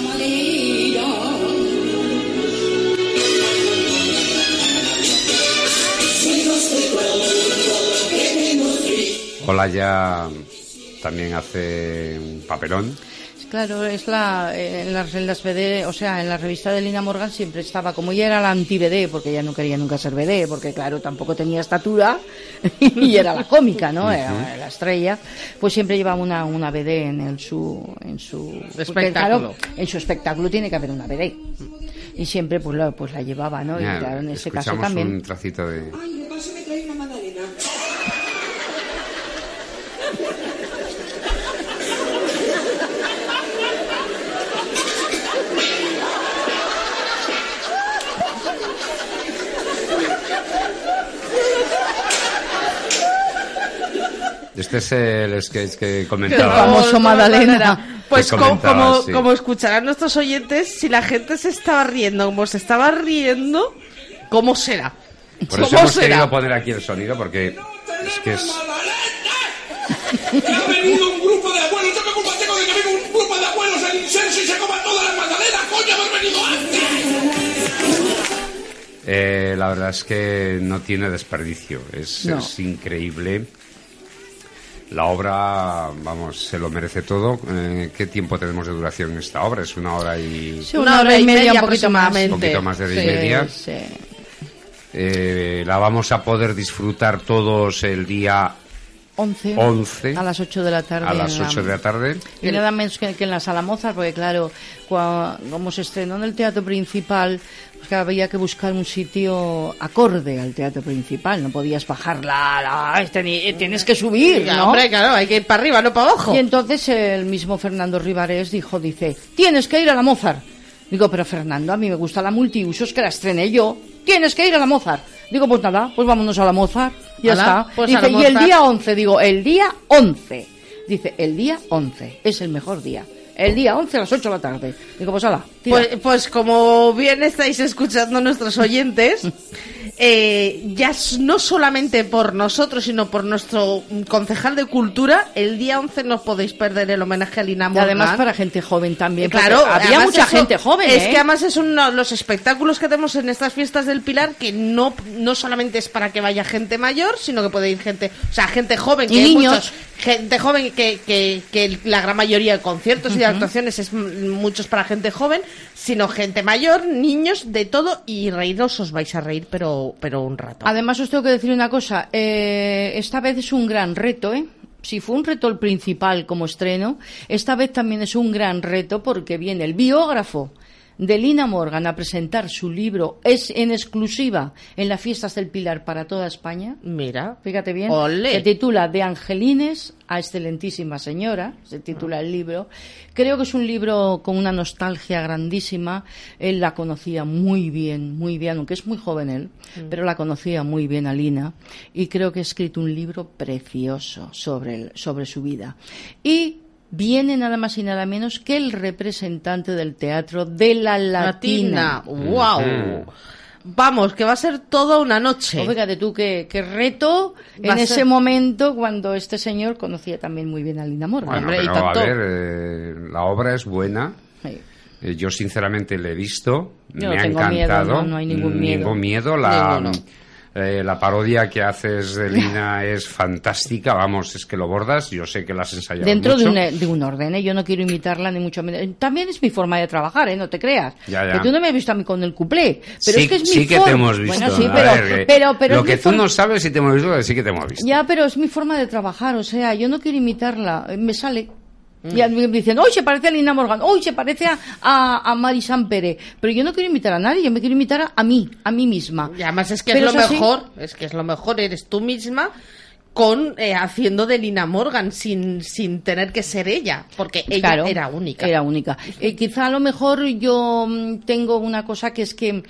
Hola ya también hace un papelón. Claro, es la en las, en las B D, o sea, en la revista de Lina Morgan siempre estaba, como ella era la anti-B D, porque ella no quería nunca ser B D, porque claro, tampoco tenía estatura, y era la cómica, ¿no? Era la estrella, pues siempre llevaba una, una B D en el, su, en su espectáculo. Claro, en su espectáculo tiene que haber una B D. Y siempre pues la, pues la llevaba, ¿no? Ya, y claro, en ese caso escuchamos también. un trocito de... Ay, de paso me trae una magdalena. Este es el sketch que comentaba. El famoso Magdalena. Pues Que como, comentaba, como, sí. como escucharán nuestros oyentes, si la gente se estaba riendo como se estaba riendo, ¿cómo será? Por eso ¿Cómo hemos será? querido poner aquí el sonido, porque es que es... Que ha venido un grupo de abuelos. Yo qué culpa tengo de que venga un grupo de abuelos al incenso y se coman todas las magdalenas. ¡Coño, haber venido antes! Eh, la verdad es que no tiene desperdicio. Es, No. es increíble. La obra, vamos, se lo merece todo. Eh, ¿Qué tiempo tenemos de duración en esta obra? Es una hora y... Sí, una hora y media, un poquito más. Un poquito más de hora y Sí, media. sí. Eh, la vamos a poder disfrutar todos el día once, once a las ocho de la tarde. a las en la- ocho de la tarde. Y nada menos que, que en la Sala Mozart, porque claro, cua- como se estrenó en el teatro principal, pues que había que buscar un sitio acorde al teatro principal. No podías bajar la... la- este ni- tienes que subir, Ya, ¿no? hombre, claro, hay que ir para arriba, no para abajo. Y entonces el mismo Fernando Ribarés dijo, dice, tienes que ir a la Mozart. Digo, pero Fernando, a mí me gusta la multiusos que la estrené yo. Tienes que ir a la Mozart. Digo, pues nada, pues vámonos a la Mozart. Ya Ala, está. pues a Dice, la y el Mozart. día once, digo, el día once. Dice, el día once es el mejor día. El día once a las ocho de la tarde. Digo, pues ala, tira. Pues, pues como bien estáis escuchando nuestros oyentes, eh, ya s- no solamente por nosotros, sino por nuestro concejal de cultura, el día once no os podéis perder el homenaje a Lina Y Morgan. además para gente joven también. porque Claro, había además mucha eso- gente joven, Es ¿eh? que además es uno de los espectáculos que tenemos en estas fiestas del Pilar, que no, no solamente es para que vaya gente mayor, sino que puede ir gente, o sea, gente joven, Y que hay niños. muchos- gente joven que, que, que la gran mayoría de conciertos y de actuaciones es m- muchos para gente joven, sino gente mayor, niños, de todo, y reíros os vais a reír, pero, pero un rato. Además os tengo que decir una cosa, eh, esta vez es un gran reto, ¿eh? Si fue un reto el principal como estreno, esta vez también es un gran reto porque viene el biógrafo de Lina Morgan a presentar su libro, es en exclusiva en las fiestas del Pilar para toda España. Mira, Fíjate bien, Olé. se titula De Angelines a Excelentísima Señora, se titula el libro. Creo que es un libro con una nostalgia grandísima. Él la conocía muy bien, muy bien, aunque es muy joven él, pero la conocía muy bien a Lina, y creo que ha escrito un libro precioso sobre, el- sobre su vida. Y viene nada más y nada menos que el representante del teatro de la Latina. Latina, wow. Vamos, que va a ser toda una noche. Oh, fíjate tú qué, qué reto Va en a ese ser- momento cuando este señor conocía también muy bien a Lina Morgan. Bueno, pero a ver, eh, la obra es buena. Sí. Eh, yo sinceramente la he visto, Yo me no ha tengo miedo, encantado. no, no hay ningún miedo. Ningún miedo. La, Ninguno. eh, la parodia que haces de Lina es fantástica, vamos, es que lo bordas. Yo sé que la has ensayado Dentro de mucho. un, de un orden, ¿eh? Yo no quiero imitarla ni mucho menos. También es mi forma de trabajar, ¿eh? No te creas. Ya, ya. Que tú no me has visto a mí con el cuplé. Pero sí, es que es mi sí que forma. te hemos visto. Bueno, sí, a pero, ver, que pero, pero lo es que mi tú forma- no sabes si te hemos visto, sí que te hemos visto. Ya, pero es mi forma de trabajar, o sea, yo no quiero imitarla, eh, me sale. Mm. Ya me dicen, hoy se parece a Lina Morgan, hoy se parece a, a, a Mari Sampere, pero yo no quiero imitar a nadie, yo me quiero imitar a, a mí, a mí misma. Y además es que Pero es lo así. mejor, es que es lo mejor, eres tú misma con eh, haciendo de Lina Morgan sin, sin tener que ser ella, porque ella Claro, era única. Era única. Eh, quizá a lo mejor yo mm, tengo una cosa que es que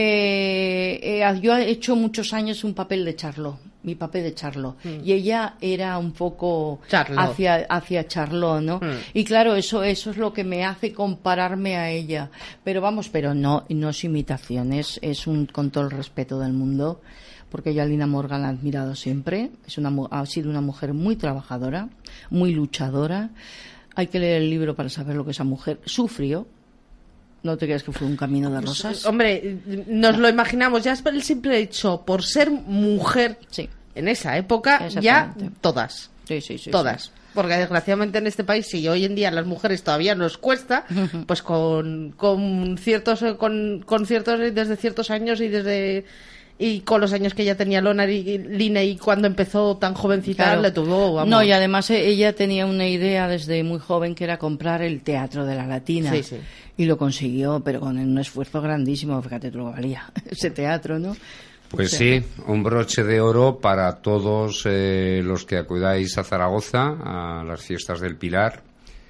eh, eh, yo he hecho muchos años un papel de Charlot, mi papel de Charlot, Mm. y ella era un poco Charlot. hacia hacia Charlot, ¿no? Mm. Y claro, eso eso es lo que me hace compararme a ella. Pero vamos, pero no no es imitación, es, es un con todo el respeto del mundo. porque yo a Lina Morgan la he admirado siempre. Es una, ha sido una mujer muy trabajadora, muy luchadora. Hay que leer el libro para saber lo que esa mujer sufrió. No te creas que fue un camino de rosas. Hombre, nos lo imaginamos, ya es por el simple hecho, por ser mujer sí. en esa época, ya todas. Sí, sí, sí. Todas. Sí. Porque desgraciadamente en este país, si hoy en día a las mujeres todavía nos cuesta, pues con, con ciertos, con, con ciertos, desde ciertos años y desde... Y con los años que ella tenía Lona y Lina y cuando empezó tan jovencita, claro. le tuvo, vamos. No, y además ella tenía una idea desde muy joven que era comprar el Teatro de la Latina. Sí, sí. Y lo consiguió, pero con un esfuerzo grandísimo. Fíjate tú lo que valía ese teatro, ¿no? Pues sí, un broche de oro para todos eh, los que acudáis a Zaragoza, a las fiestas del Pilar,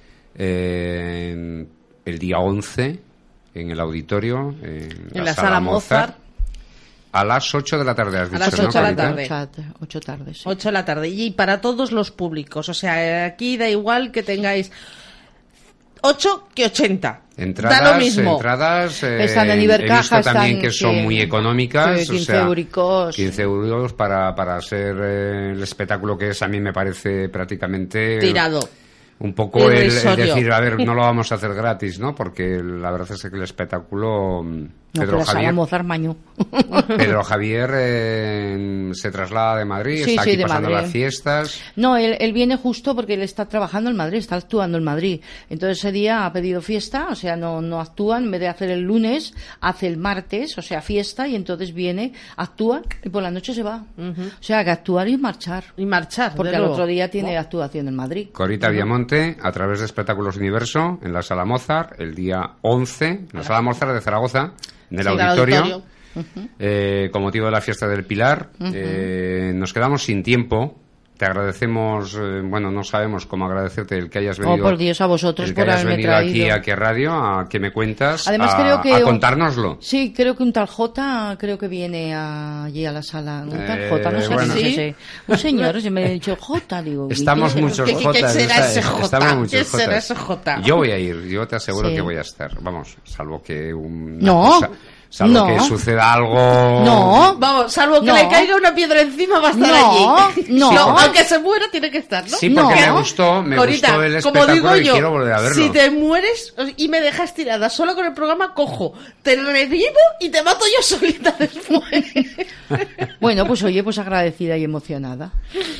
eh, el día once, en el auditorio, en, en la, la sala Mozart. Mozart. A las ocho de la tarde, has dicho, a las ocho ¿no, de la tarde. ocho tarde, sí. ocho de la tarde. Y para todos los públicos. O sea, aquí da igual que tengáis ocho que ochenta. Entradas, da lo mismo. entradas eh, están en he Ibercaja, visto también están que son que, muy económicas. quince o sea, euricos. quince euros para, para ser eh, el espectáculo que es, a mí me parece prácticamente... tirado. Un poco el, el decir, a ver, no lo vamos a hacer gratis, ¿no? Porque la verdad es que el espectáculo... No, Pedro Javier, Mozart Maño. Pedro Javier eh, se traslada de Madrid, sí, está sí, aquí pasando Madrid. las fiestas. No, él, él viene justo porque él está trabajando en Madrid, está actuando en Madrid. Entonces ese día ha pedido fiesta, o sea, no, no actúa, en vez de hacer el lunes, hace el martes, o sea, fiesta, y entonces viene, actúa y por la noche se va. Uh-huh. O sea, que actuar y marchar. Y marchar, porque al otro día tiene oh. actuación en Madrid. Corita uh-huh. Viamonte, a través de Espectáculos Universo, en la Sala Mozart, el día once, en la Sala Mozart de Zaragoza, en el sí, auditorio, auditorio. Uh-huh. eh, con motivo de la fiesta del Pilar. Uh-huh. eh, nos quedamos sin tiempo. Te agradecemos, eh, bueno, no sabemos cómo agradecerte el que hayas venido. Oh, por Dios, a vosotros el que por hayas haberme venido traído. aquí a Qué Radio, a que me cuentas, Además, a, creo que a un, contárnoslo. Sí, creo que un tal J creo que viene a, allí a la sala. Un tal eh, J, no sé bueno. qué es ese. Un señor, se me ha dicho J, digo. Estamos muchos ¿Qué, J. ¿Qué será ese J? Estamos muchos ¿Qué J. será ese J? Yo voy a ir, yo te aseguro sí. que voy a estar. Vamos, salvo que un... No. Cosa, salvo no. que suceda algo... No. Vamos, salvo que no. le caiga una piedra encima va a estar no. allí. No, no. no. Aunque se muera tiene que estar, ¿no? Sí, porque no. me gustó, me Corita, gustó el como espectáculo digo y yo, quiero volver a verlo. Si te mueres y me dejas tirada solo con el programa, cojo, te revivo y te mato yo solita después. Bueno, pues oye, pues agradecida y emocionada.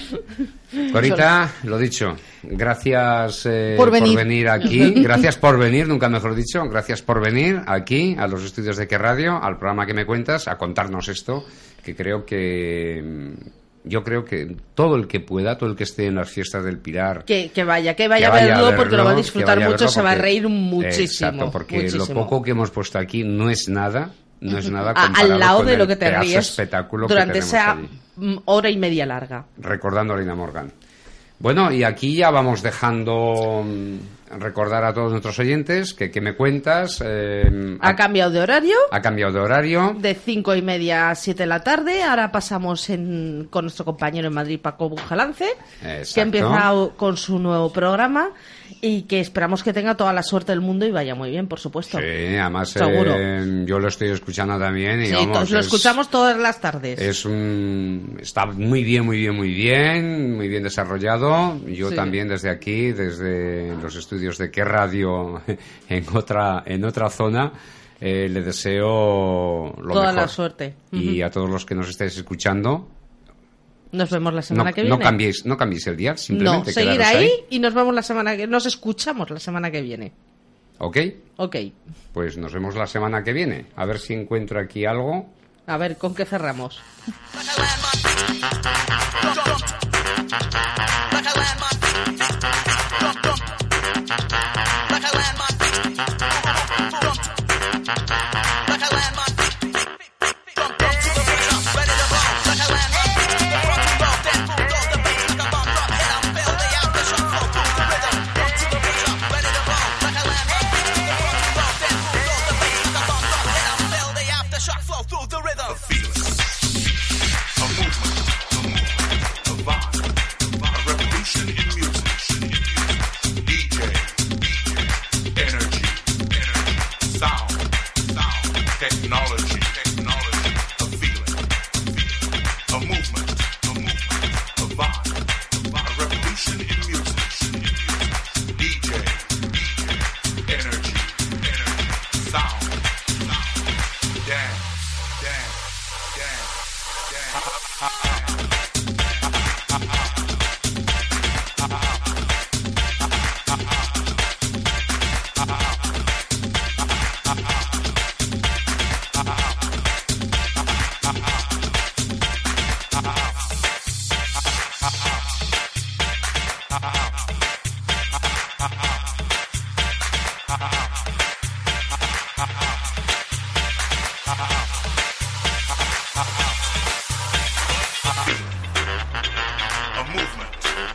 Corita, lo dicho, gracias eh, por, venir. por venir aquí, gracias por venir, nunca mejor dicho, gracias por venir aquí a los estudios de Qué Radio, al programa que me cuentas, a contarnos esto, que creo que... Yo creo que todo el que pueda, todo el que esté en las fiestas del Pilar... Que, que vaya, que vaya, que vaya a, verlo a verlo porque lo va a disfrutar mucho, porque, se va a reír muchísimo. Exacto, porque muchísimo. lo poco que hemos puesto aquí no es nada, no es nada a, comparado al lado con de lo que el te ríes espectáculo durante que esa allí. hora y media larga. Recordando a Lina Morgan. Bueno, y aquí ya vamos dejando... Recordar a todos nuestros oyentes que ¿qué me cuentas? Eh, ha, ha cambiado de horario. Ha cambiado de horario. De cinco y media a siete de la tarde. Ahora pasamos en, con nuestro compañero en Madrid, Paco Bujalance, Exacto. que empieza con su nuevo programa y que esperamos que tenga toda la suerte del mundo y vaya muy bien, por supuesto. Sí, además seguro. Eh, yo lo estoy escuchando también. Y sí, vamos, lo es, escuchamos todas las tardes. Es un, está muy bien, muy bien, muy bien, muy bien desarrollado. Yo sí. también desde aquí, desde los estudios de Qué Radio en otra en otra zona, eh, le deseo lo toda mejor. la suerte. Y uh-huh. a todos los que nos estéis escuchando, nos vemos la semana no, que viene. No cambiéis, no cambiéis el día, simplemente no, seguir ahí, ahí y nos vemos la semana que nos escuchamos la semana que viene. ¿Ok? Ok. Pues nos vemos la semana que viene. A ver si encuentro aquí algo. A ver, ¿con qué cerramos?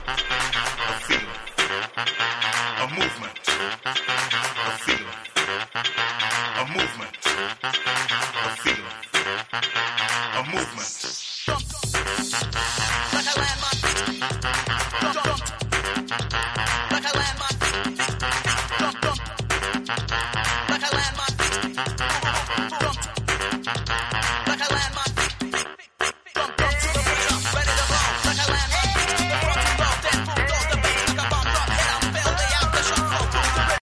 a feeling, a movement, a feeling, a movement, a feeling, a movement. Like a landmine. Like a landmine. Like a landmine.